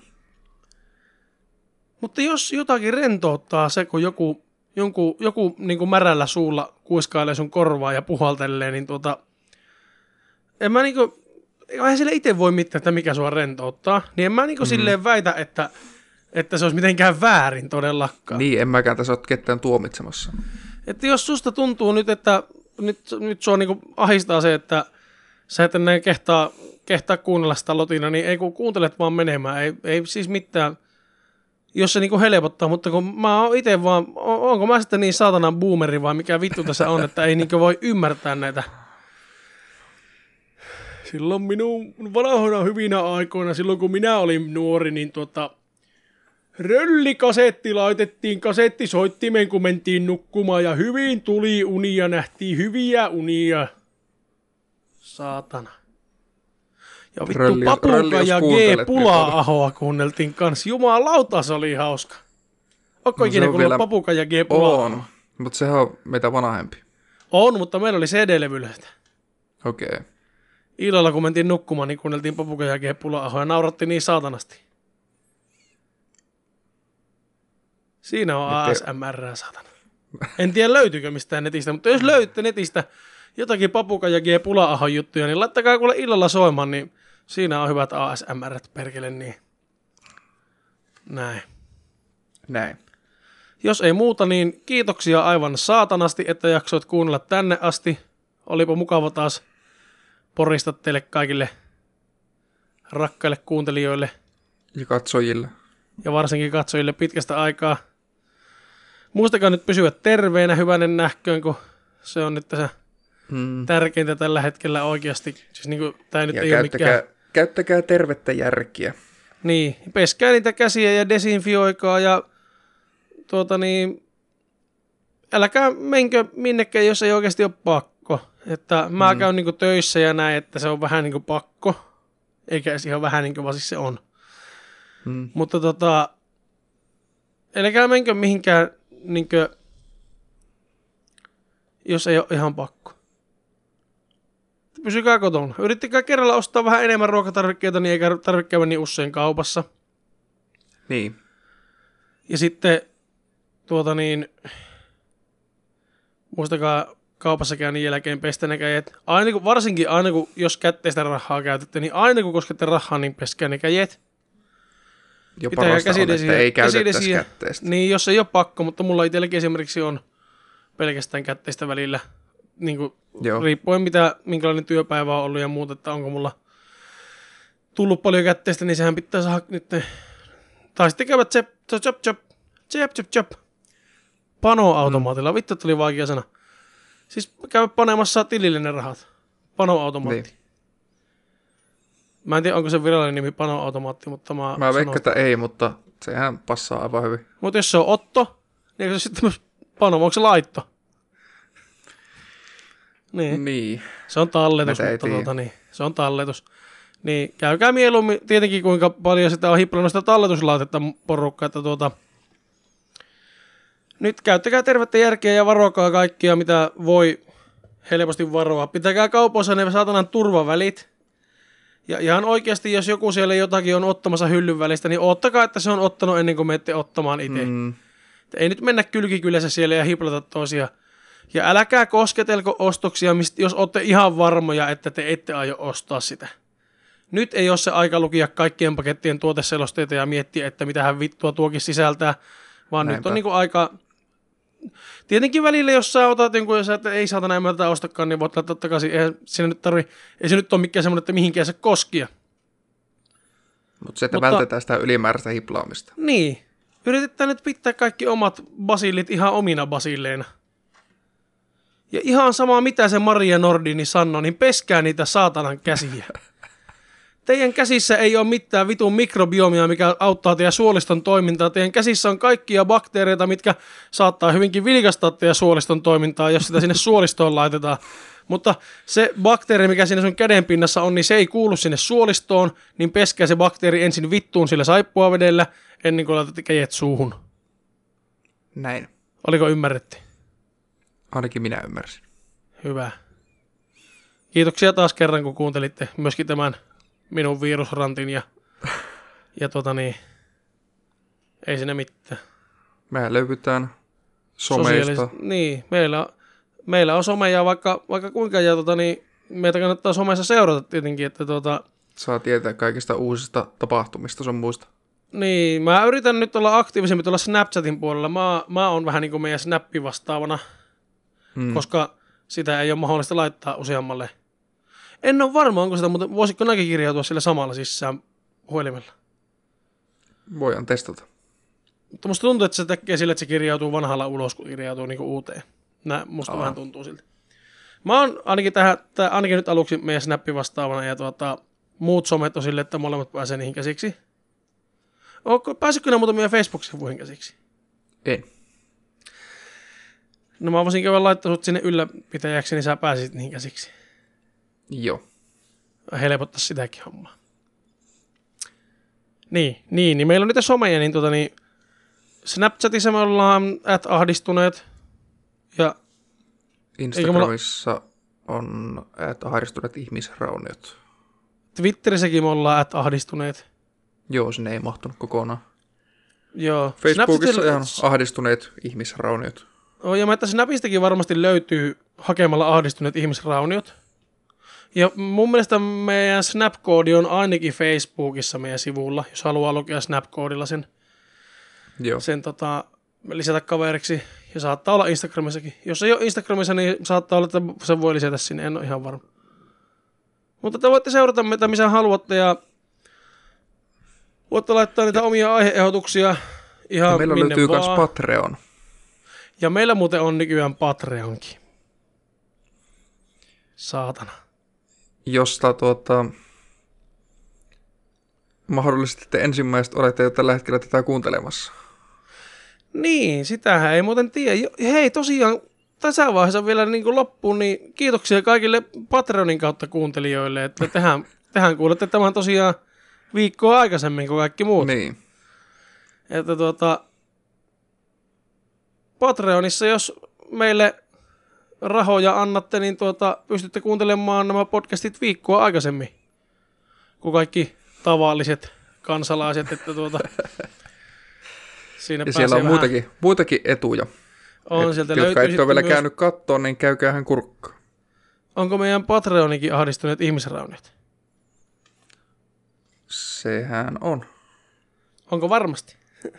Mutta jos jotakin rentouttaa se, kun joku, joku, joku niin kuin märällä suulla kuiskailee sun korvaa ja puhaltelee, niin tuota, en mä niinku, eihän sille itse voi mitään, että mikä sua rentouttaa, niin en mä niinku mm. silleen väitä, että, että se olisi mitenkään väärin todellakaan. Niin, en mäkään tässä ole ketään tuomitsemassa. Että jos susta tuntuu nyt, että nyt, nyt sua niinku ahistaa se, että sä et enää kehtaa, kehtaa kuunnella sitä lotina, niin ei kun kuuntelet vaan menemään, ei, ei siis mitään, jos se niinku helpottaa, mutta kun mä oon itse vaan, onko mä sitten niin saatanan boomeri vai mikä vittu tässä on, että ei niinku voi ymmärtää näitä. Silloin minun vanhoina hyvinä aikoina, silloin kun minä olin nuori, niin tuota, röllikasetti laitettiin kasettisoittimeen, kun mentiin nukkumaan ja hyvin tuli unia, nähtiin hyviä unia. Saatana. Ja vittu rölli, Papuka rölli, ja G. Pula-ahoa kuunneltiin kans. Jumalauta, se oli hauska. Onko no, ikinä kuullut vielä... Papuka ja G. Pula-ahoa? On, mutta sehän on meitä vanhempi. On, mutta meillä oli C D-levyllä sitä. Okei. Okay. illalla kun mentiin nukkumaan, niin kuunneltiin Papukaija G. Pula-ahoa ja nauratti niin saatanasti. Siinä on A S M R, saatana. En tiedä löytyykö mistään netistä, mutta jos löytyy netistä jotakin Papukaija G. Pula-ahon juttuja, niin laittakaa kuule illalla soimaan, niin siinä on hyvät A S M R, perkele niin. Näin. Näin. Jos ei muuta, niin kiitoksia aivan saatanasti, että jaksoit kuunnella tänne asti. Olipa mukava taas porista teille kaikille rakkaille kuuntelijoille. Ja katsojille. Ja varsinkin katsojille pitkästä aikaa. Muistakaa nyt pysyä terveenä, hyvänen nähköön, kun se on nyt tässä hmm. tärkeintä tällä hetkellä oikeasti. Siis niin kuin, tää nyt ja ei käyttäkää, ole mikään... käyttäkää tervettä järkiä. Niin, peskää niitä käsiä ja desinfioikaa ja tuota niin, älkää menkö minnekään, jos ei oikeasti ole pakko. Että mä hmm. käyn niin kuin töissä ja näin, että se on vähän niin kuin pakko. Eikä edes ihan vähän niin kuin, vaan siis se on. Hmm. Mutta tota, älkää menkö mihinkään, niin kuin, jos ei ole ihan pakko. Pysykää kotona. Yrittäkää kerralla ostaa vähän enemmän ruokatarvikkeita, niin eikä tarvitse käydä niin usein kaupassa. Niin. Ja sitten, tuota niin, muistakaa kaupassa käynnin jälkeen pestä ne kädet. Aina kun, varsinkin aina kun, jos kätteistä rahaa käytätte, niin aina kun koskette rahaa, niin peskää ne kädet. Jo parasta on, että ei käytettäisi kätteistä. Niin, jos ei ole pakko, mutta mulla itselläkin esimerkiksi on pelkästään kätteistä välillä. Niin kuin, riippuen mitä, minkälainen työpäivä on ollut ja muuta, että onko mulla tullut paljon kätteistä, niin sehän pitää saada nyt. Tai sitten käydä tsep, tsep, tsep, tsep, tsep, tsep. Pano-automaatilla. Mm. Vittu, tuli vaikea sana. Siis käydä panemassa tilille ne rahat. Pano-automaatti. Niin. Mä en tiedä, onko se virallinen nimi Pano-automaatti, mutta mä Mä veikkaan, että ei, mutta sehän passaa aivan hyvin. Mutta jos se on Otto, niin eikö se sitten myös Pano, onko se laitto? Niin. niin. Se on talletus, mutta tuota, niin, se on talletus. Niin, käykää mieluummin, tietenkin kuinka paljon sitä on hiplannut sitä talletuslaitetta porukkaa, että tuota, nyt käyttäkää tervettä järkeä ja varokaa kaikkia, mitä voi helposti varoa. Pitäkää kaupoissa ne saatanan turvavälit. Ja ihan oikeasti, jos joku siellä jotakin on ottamassa hyllyn välistä, niin ottakaa, että se on ottanut ennen kuin menette ottamaan itse. Mm. Ei nyt mennä kylkikylässä siellä ja hiplata toisia. Ja älkää kosketelko ostoksia, mistä, jos olette ihan varmoja, että te ette aio ostaa sitä. Nyt ei ole se aika lukia kaikkien pakettien tuoteselosteita ja miettiä, että mitähän vittua tuokin sisältää, vaan Näinpä. Nyt on niinku aika... Tietenkin välillä, jos sä otat jonkun, jos sä et, ei saata näin tätä ostakaan, niin voit laittaa takaisin. Ei, siinä nyt tarvi, ei se nyt ole mikään semmoinen, että mihinkään se koskia. Mut se, että Mutta vältetään sitä ylimääräistä hiplaamista. Niin. Yritetään nyt pitää kaikki omat basillit ihan omina basilleina. Ja ihan sama, mitä se Maria Nordini sanoo, niin peskää niitä saatanan käsiä. Teidän käsissä ei ole mitään vitun mikrobiomia, mikä auttaa teidän suoliston toimintaa. Teidän käsissä on kaikkia bakteereita, mitkä saattaa hyvinkin vilkastaa teidän suoliston toimintaa, jos sitä sinne suolistoon laitetaan. Mutta se bakteeri, mikä siinä sun käden pinnassa on, niin se ei kuulu sinne suolistoon, niin peskää se bakteeri ensin vittuun sillä saippuavedellä, ennen kuin laitatte kädet suuhun. Näin. Oliko ymmärretty? Ainakin minä ymmärsin. Hyvä. Kiitoksia taas kerran, kun kuuntelitte myöskin tämän minun virusrantin ja, ja tota niin, ei siinä mitään. Mehän löydytään someista. Niin, meillä, meillä on someja vaikka, vaikka kuinka, ja tota niin, meitä kannattaa somessa seurata tietenkin, että tota... Saa tietää kaikista uusista tapahtumista sun muista. Niin, mä yritän nyt olla aktiivisemmin tuolla Snapchatin puolella. Mä, mä oon vähän niin kuin meidän Snappi vastaavana, mm. koska sitä ei ole mahdollista laittaa useammalle. En ole varma, onko sitä, mutta voisitko näkin kirjautua sillä samalla sisään puhelimella? Voidaan testata. Mutta musta tuntuu, että se tekee sillä, että se kirjautuu vanhalla ulos, kun kirjautuu niin kuin uuteen. Nää, musta Aa. vähän tuntuu siltä. Mä oon ainakin, tähän, tää, ainakin nyt aluksi meidän Snappi vastaavana ja tuota, muut somet on sille, että molemmat pääsee niihin käsiksi. Onko, pääsikö ne muuta meidän Facebook-sivuihin käsiksi? En. No mä voisin käydä laittaa sut sinne ylläpitäjäksi, niin sä pääsisit niihin käsiksi. Joo. Helpottaisi sitäkin hommaa. Niin, niin, niin meillä on niitä someja, niin, tota, niin Snapchatissa me ollaan at ahdistuneet. Ja Instagramissa mulla... on että ahdistuneet ihmisrauniot. Twitterissäkin me ollaan at ahdistuneet. Joo, sinne ei mahtunut kokonaan. Joo. Facebookissa ihan ahdistuneet ihmisrauniot. Oh, ja mä että Snapistakin varmasti löytyy hakemalla ahdistuneet ihmisrauniot. Ja mun mielestä meidän Snap-koodi on ainakin Facebookissa meidän sivulla, jos haluaa lukea Snap-koodilla sen, Joo. sen tota, lisätä kaveriksi. Ja saattaa olla Instagramissakin. Jos ei ole Instagramissa, niin saattaa olla, että se voi lisätä sinne, en ole ihan varma. Mutta te voitte seurata meitä missä haluatte ja voitte laittaa niitä omia aihe-ehdotuksia ihan ja meillä minne löytyy myös vaan. Patreon. Ja meillä muuten on nykyään Patreonkin. Saatana. Josta tuota, mahdollisesti te ensimmäiset olette jo tällä hetkellä tätä kuuntelemassa. Niin, sitähän ei muuten tiedä. Hei, tosiaan tässä vaiheessa vielä niin kuin loppuun, niin kiitoksia kaikille Patreonin kautta kuuntelijoille, että tehän, tehän kuulette tämän tosiaan viikkoa aikaisemmin kuin kaikki muut. Niin. Että tuota, Patreonissa, jos meille rahoja annatte, niin tuota, pystytte kuuntelemaan nämä podcastit viikkoa aikaisemmin kuin kaikki tavalliset kansalaiset, että tuota, siinä ja siellä on vähän, muitakin, muitakin etuja. on, Et, sieltä jotka ette ole vielä myös, käynyt kattoon, niin käykäähän kurkkaan. onko meidän Patreonikin ahdistuneet ihmisrauniot? Sehän on. Onko varmasti?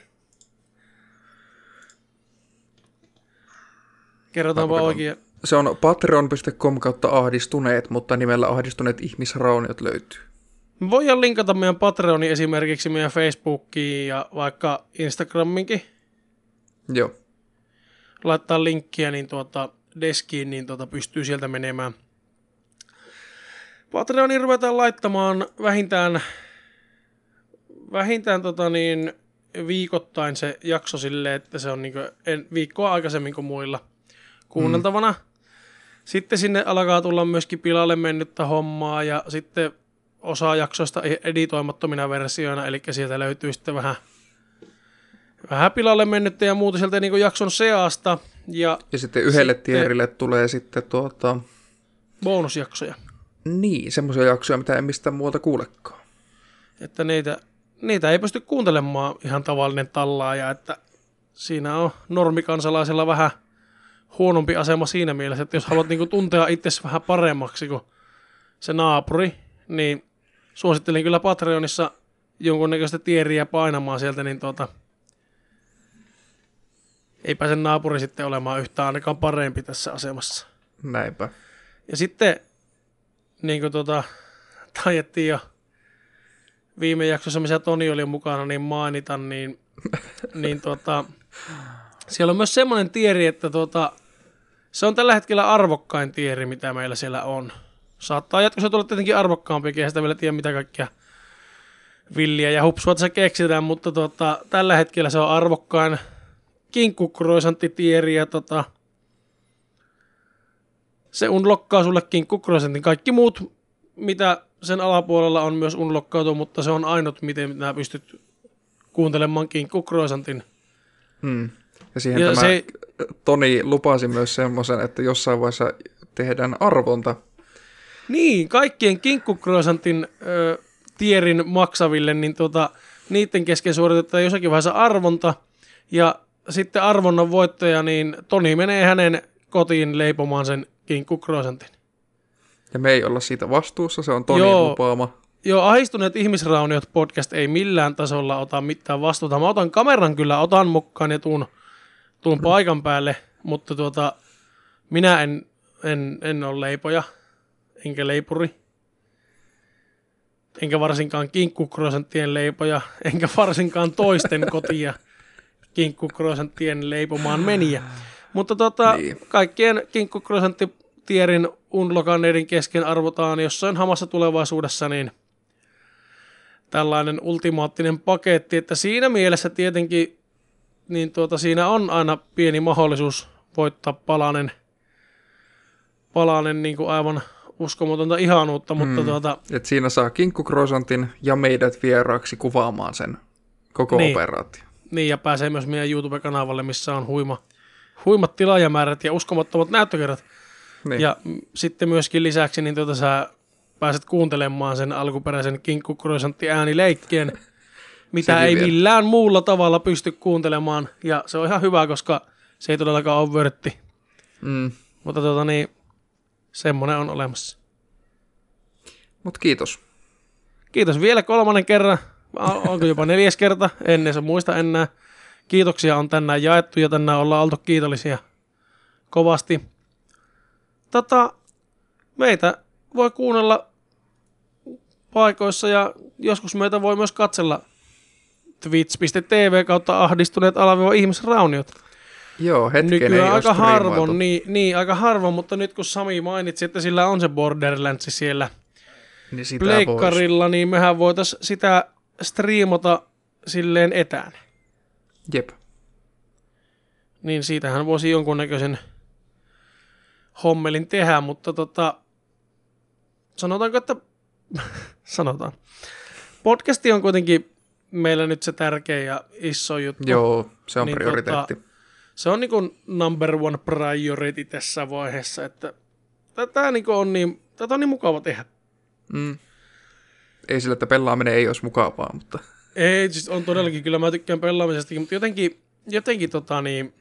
Kerrotaanpa oikein. Se on patreon piste com kautta ahdistuneet, mutta nimellä ahdistuneet ihmisrauniot löytyy. Me voidaan linkata meidän Patreonin esimerkiksi meidän Facebookiin ja vaikka Instagraminkin. Joo. Laittaa linkkiä niin tuota deskiin, niin tuota pystyy sieltä menemään. Patreonin ruvetaan laittamaan vähintään, vähintään tota niin, viikoittain se jakso silleen, että se on niin en, viikkoa aikaisemmin kuin muilla kuunneltavana. Mm. Sitten sinne alkaa tulla myöskin pilalle mennyttä hommaa ja sitten osa jaksoista editoimattomina versioina, eli sieltä löytyy sitten vähän, vähän pilalle mennyttä ja muuta sieltä niin jakson seasta. Ja, ja sitten yhdelle sitten tierille tulee sitten tuota... bonusjaksoja. Niin, semmoisia jaksoja, mitä en mistään muualta kuulekaan. Että niitä, niitä ei pysty kuuntelemaan ihan tavallinen tallaaja, että siinä on normikansalaisella vähän huonompi asema siinä mielessä, että jos haluat niinku tuntea itsesi vähän paremmaksi kuin se naapuri, niin suosittelin kyllä Patreonissa jonkunnäköistä tieriä painamaan sieltä, niin tuota, ei pääse naapuri sitten olemaan yhtään ainakaan parempi tässä asemassa. Näinpä. Ja sitten, niin kuin tuota, taidettiin jo viime jaksossa, missä Toni oli mukana, niin mainita, niin, niin tuota, siellä on myös semmoinen tieri, että tuota, se on tällä hetkellä arvokkain tieri, mitä meillä siellä on. Saattaa jatkossa tulla tietenkin arvokkaampiakin, ja sitä vielä tiedä, mitä kaikkia villiä ja hupsua tässä keksitään, mutta tuota, tällä hetkellä se on arvokkain kinkkukroisanttitieri, ja tuota, se unlockkaa sulle kinkkukroisantin. Kaikki muut, mitä sen alapuolella on, myös unlockautu, mutta se on ainut, miten nämä pystyt kuuntelemaan kinkkukroisantin. Hmm. Ja siihen ja tämä se... Toni lupasi myös semmoisen, että jossain vaiheessa tehdään arvonta. Niin, kaikkien kinkkukroisantin ö, tierin maksaville, niin tuota, niiden kesken suoritetaan jossakin vaiheessa arvonta. Ja sitten arvonnan voittaja, niin Toni menee hänen kotiin leipomaan sen kinkkukroisantin. Ja me ei olla siitä vastuussa, se on Tonin Joo. lupaama. Joo, Ahdistuneet ihmisrauniot podcast ei millään tasolla ota mitään vastuuta. Mä otan kameran kyllä, otan mukaan ja tuun, tuun paikan päälle, mutta tuota, minä en, en, en ole leipoja, enkä leipuri. Enkä varsinkaan kinkkukroisanttien leipoja, enkä varsinkaan toisten kotia kinkkukroisanttien leipomaan meniä. Mutta tuota, Niin. kaikkien kinkkukroisanttitierin unlokanneiden kesken arvotaan jossain hamassa tulevaisuudessa, niin tällainen ultimaattinen paketti, että siinä mielessä tietenkin niin tuota, siinä on aina pieni mahdollisuus voittaa palanen, palanen niin kuin aivan uskomatonta ihanuutta, mutta Hmm. tuota, Et siinä saa kinkkukroisantin ja meidät vieraaksi kuvaamaan sen koko Niin. operaatio. niin ja pääsee myös meidän YouTube-kanavalle, missä on huima, huimat tilaajamäärät ja uskomattomat näyttökerrat. Niin. Ja mm, sitten myöskin lisäksi niin tuota sä pääset kuuntelemaan sen alkuperäisen kinkkukroisantti äänileikkeen, mitä Sekin ei vielä. millään muulla tavalla pysty kuuntelemaan. Ja se on ihan hyvä, koska se ei todellakaan ole vörtti. Mm. Mutta tota niin, semmonen on olemassa. Mut kiitos. Kiitos vielä kolmannen kerran. Onko jopa neljäs kerta? En edes muista enää. Kiitoksia on tänään jaettu ja tänään ollaan oltu kiitollisia kovasti. Tota, meitä voi kuunnella paikoissa ja joskus meitä voi myös katsella twitch piste tv kautta ahdistuneet alaviiva ihmisrauniot. Joo, hetken Nykyään ei ole aika striimailtu. harvoin, niin, niin aika harvoin, mutta nyt kun Sami mainitsi, että sillä on se Borderlands siellä Niin sitä pleikkarilla, niin mehän voitaisiin sitä striimata silleen etänä. Jep. Niin siitähän voisi jonkunnäköisen hommelin tehdä, mutta tota, sanotaanko, että sanotaan. Podcasti on kuitenkin meillä nyt se tärkeä ja iso juttu. Joo, se on Niin prioriteetti. tota, se on niin kuin number one priority tässä vaiheessa, että tätä, niin kuin on, niin, tätä on niin mukava tehdä. Mm. Ei sillä, että pelaaminen ei olisi mukavaa, mutta... Ei, siis on todellakin, kyllä mä tykkään pelaamisestakin, mutta jotenkin, jotenkin tota niin,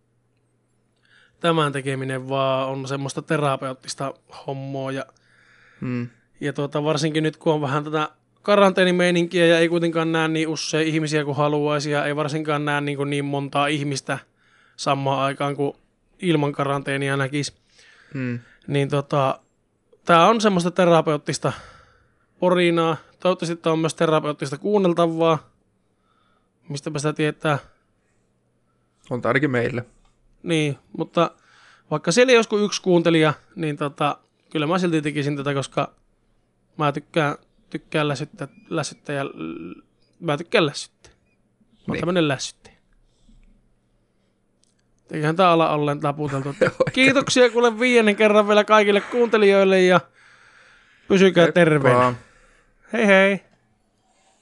tämän tekeminen vaan on semmoista terapeuttista hommoa ja, Mm. ja tuota, varsinkin nyt kun on vähän tätä karanteenimeininkiä ja ei kuitenkaan näe niin usein ihmisiä kuin haluaisi ja ei varsinkaan näe niin, kuin niin montaa ihmistä samaan aikaan kuin ilman karanteenia näkisi, Mm. niin tota, tää on semmoista terapeuttista porinaa. Toivottavasti tää on myös terapeuttista kuunneltavaa. Mistäpä sitä tietää. On tää ainakin meille. Niin, mutta vaikka siellä ei joskus yksi kuuntelija, niin tota, kyllä mä silti tekisin tätä, koska mä tykkään, tykkään läsyttää, läsyttää ja l- mä tykkään läsyttää. Mä oon Niin. tämmönen läsyttäjä. Eiköhän tää ala olleen taputeltu. Kiitoksia kuule viidennen kerran vielä kaikille kuuntelijoille ja pysykää terveenä. Heippa. Hei hei!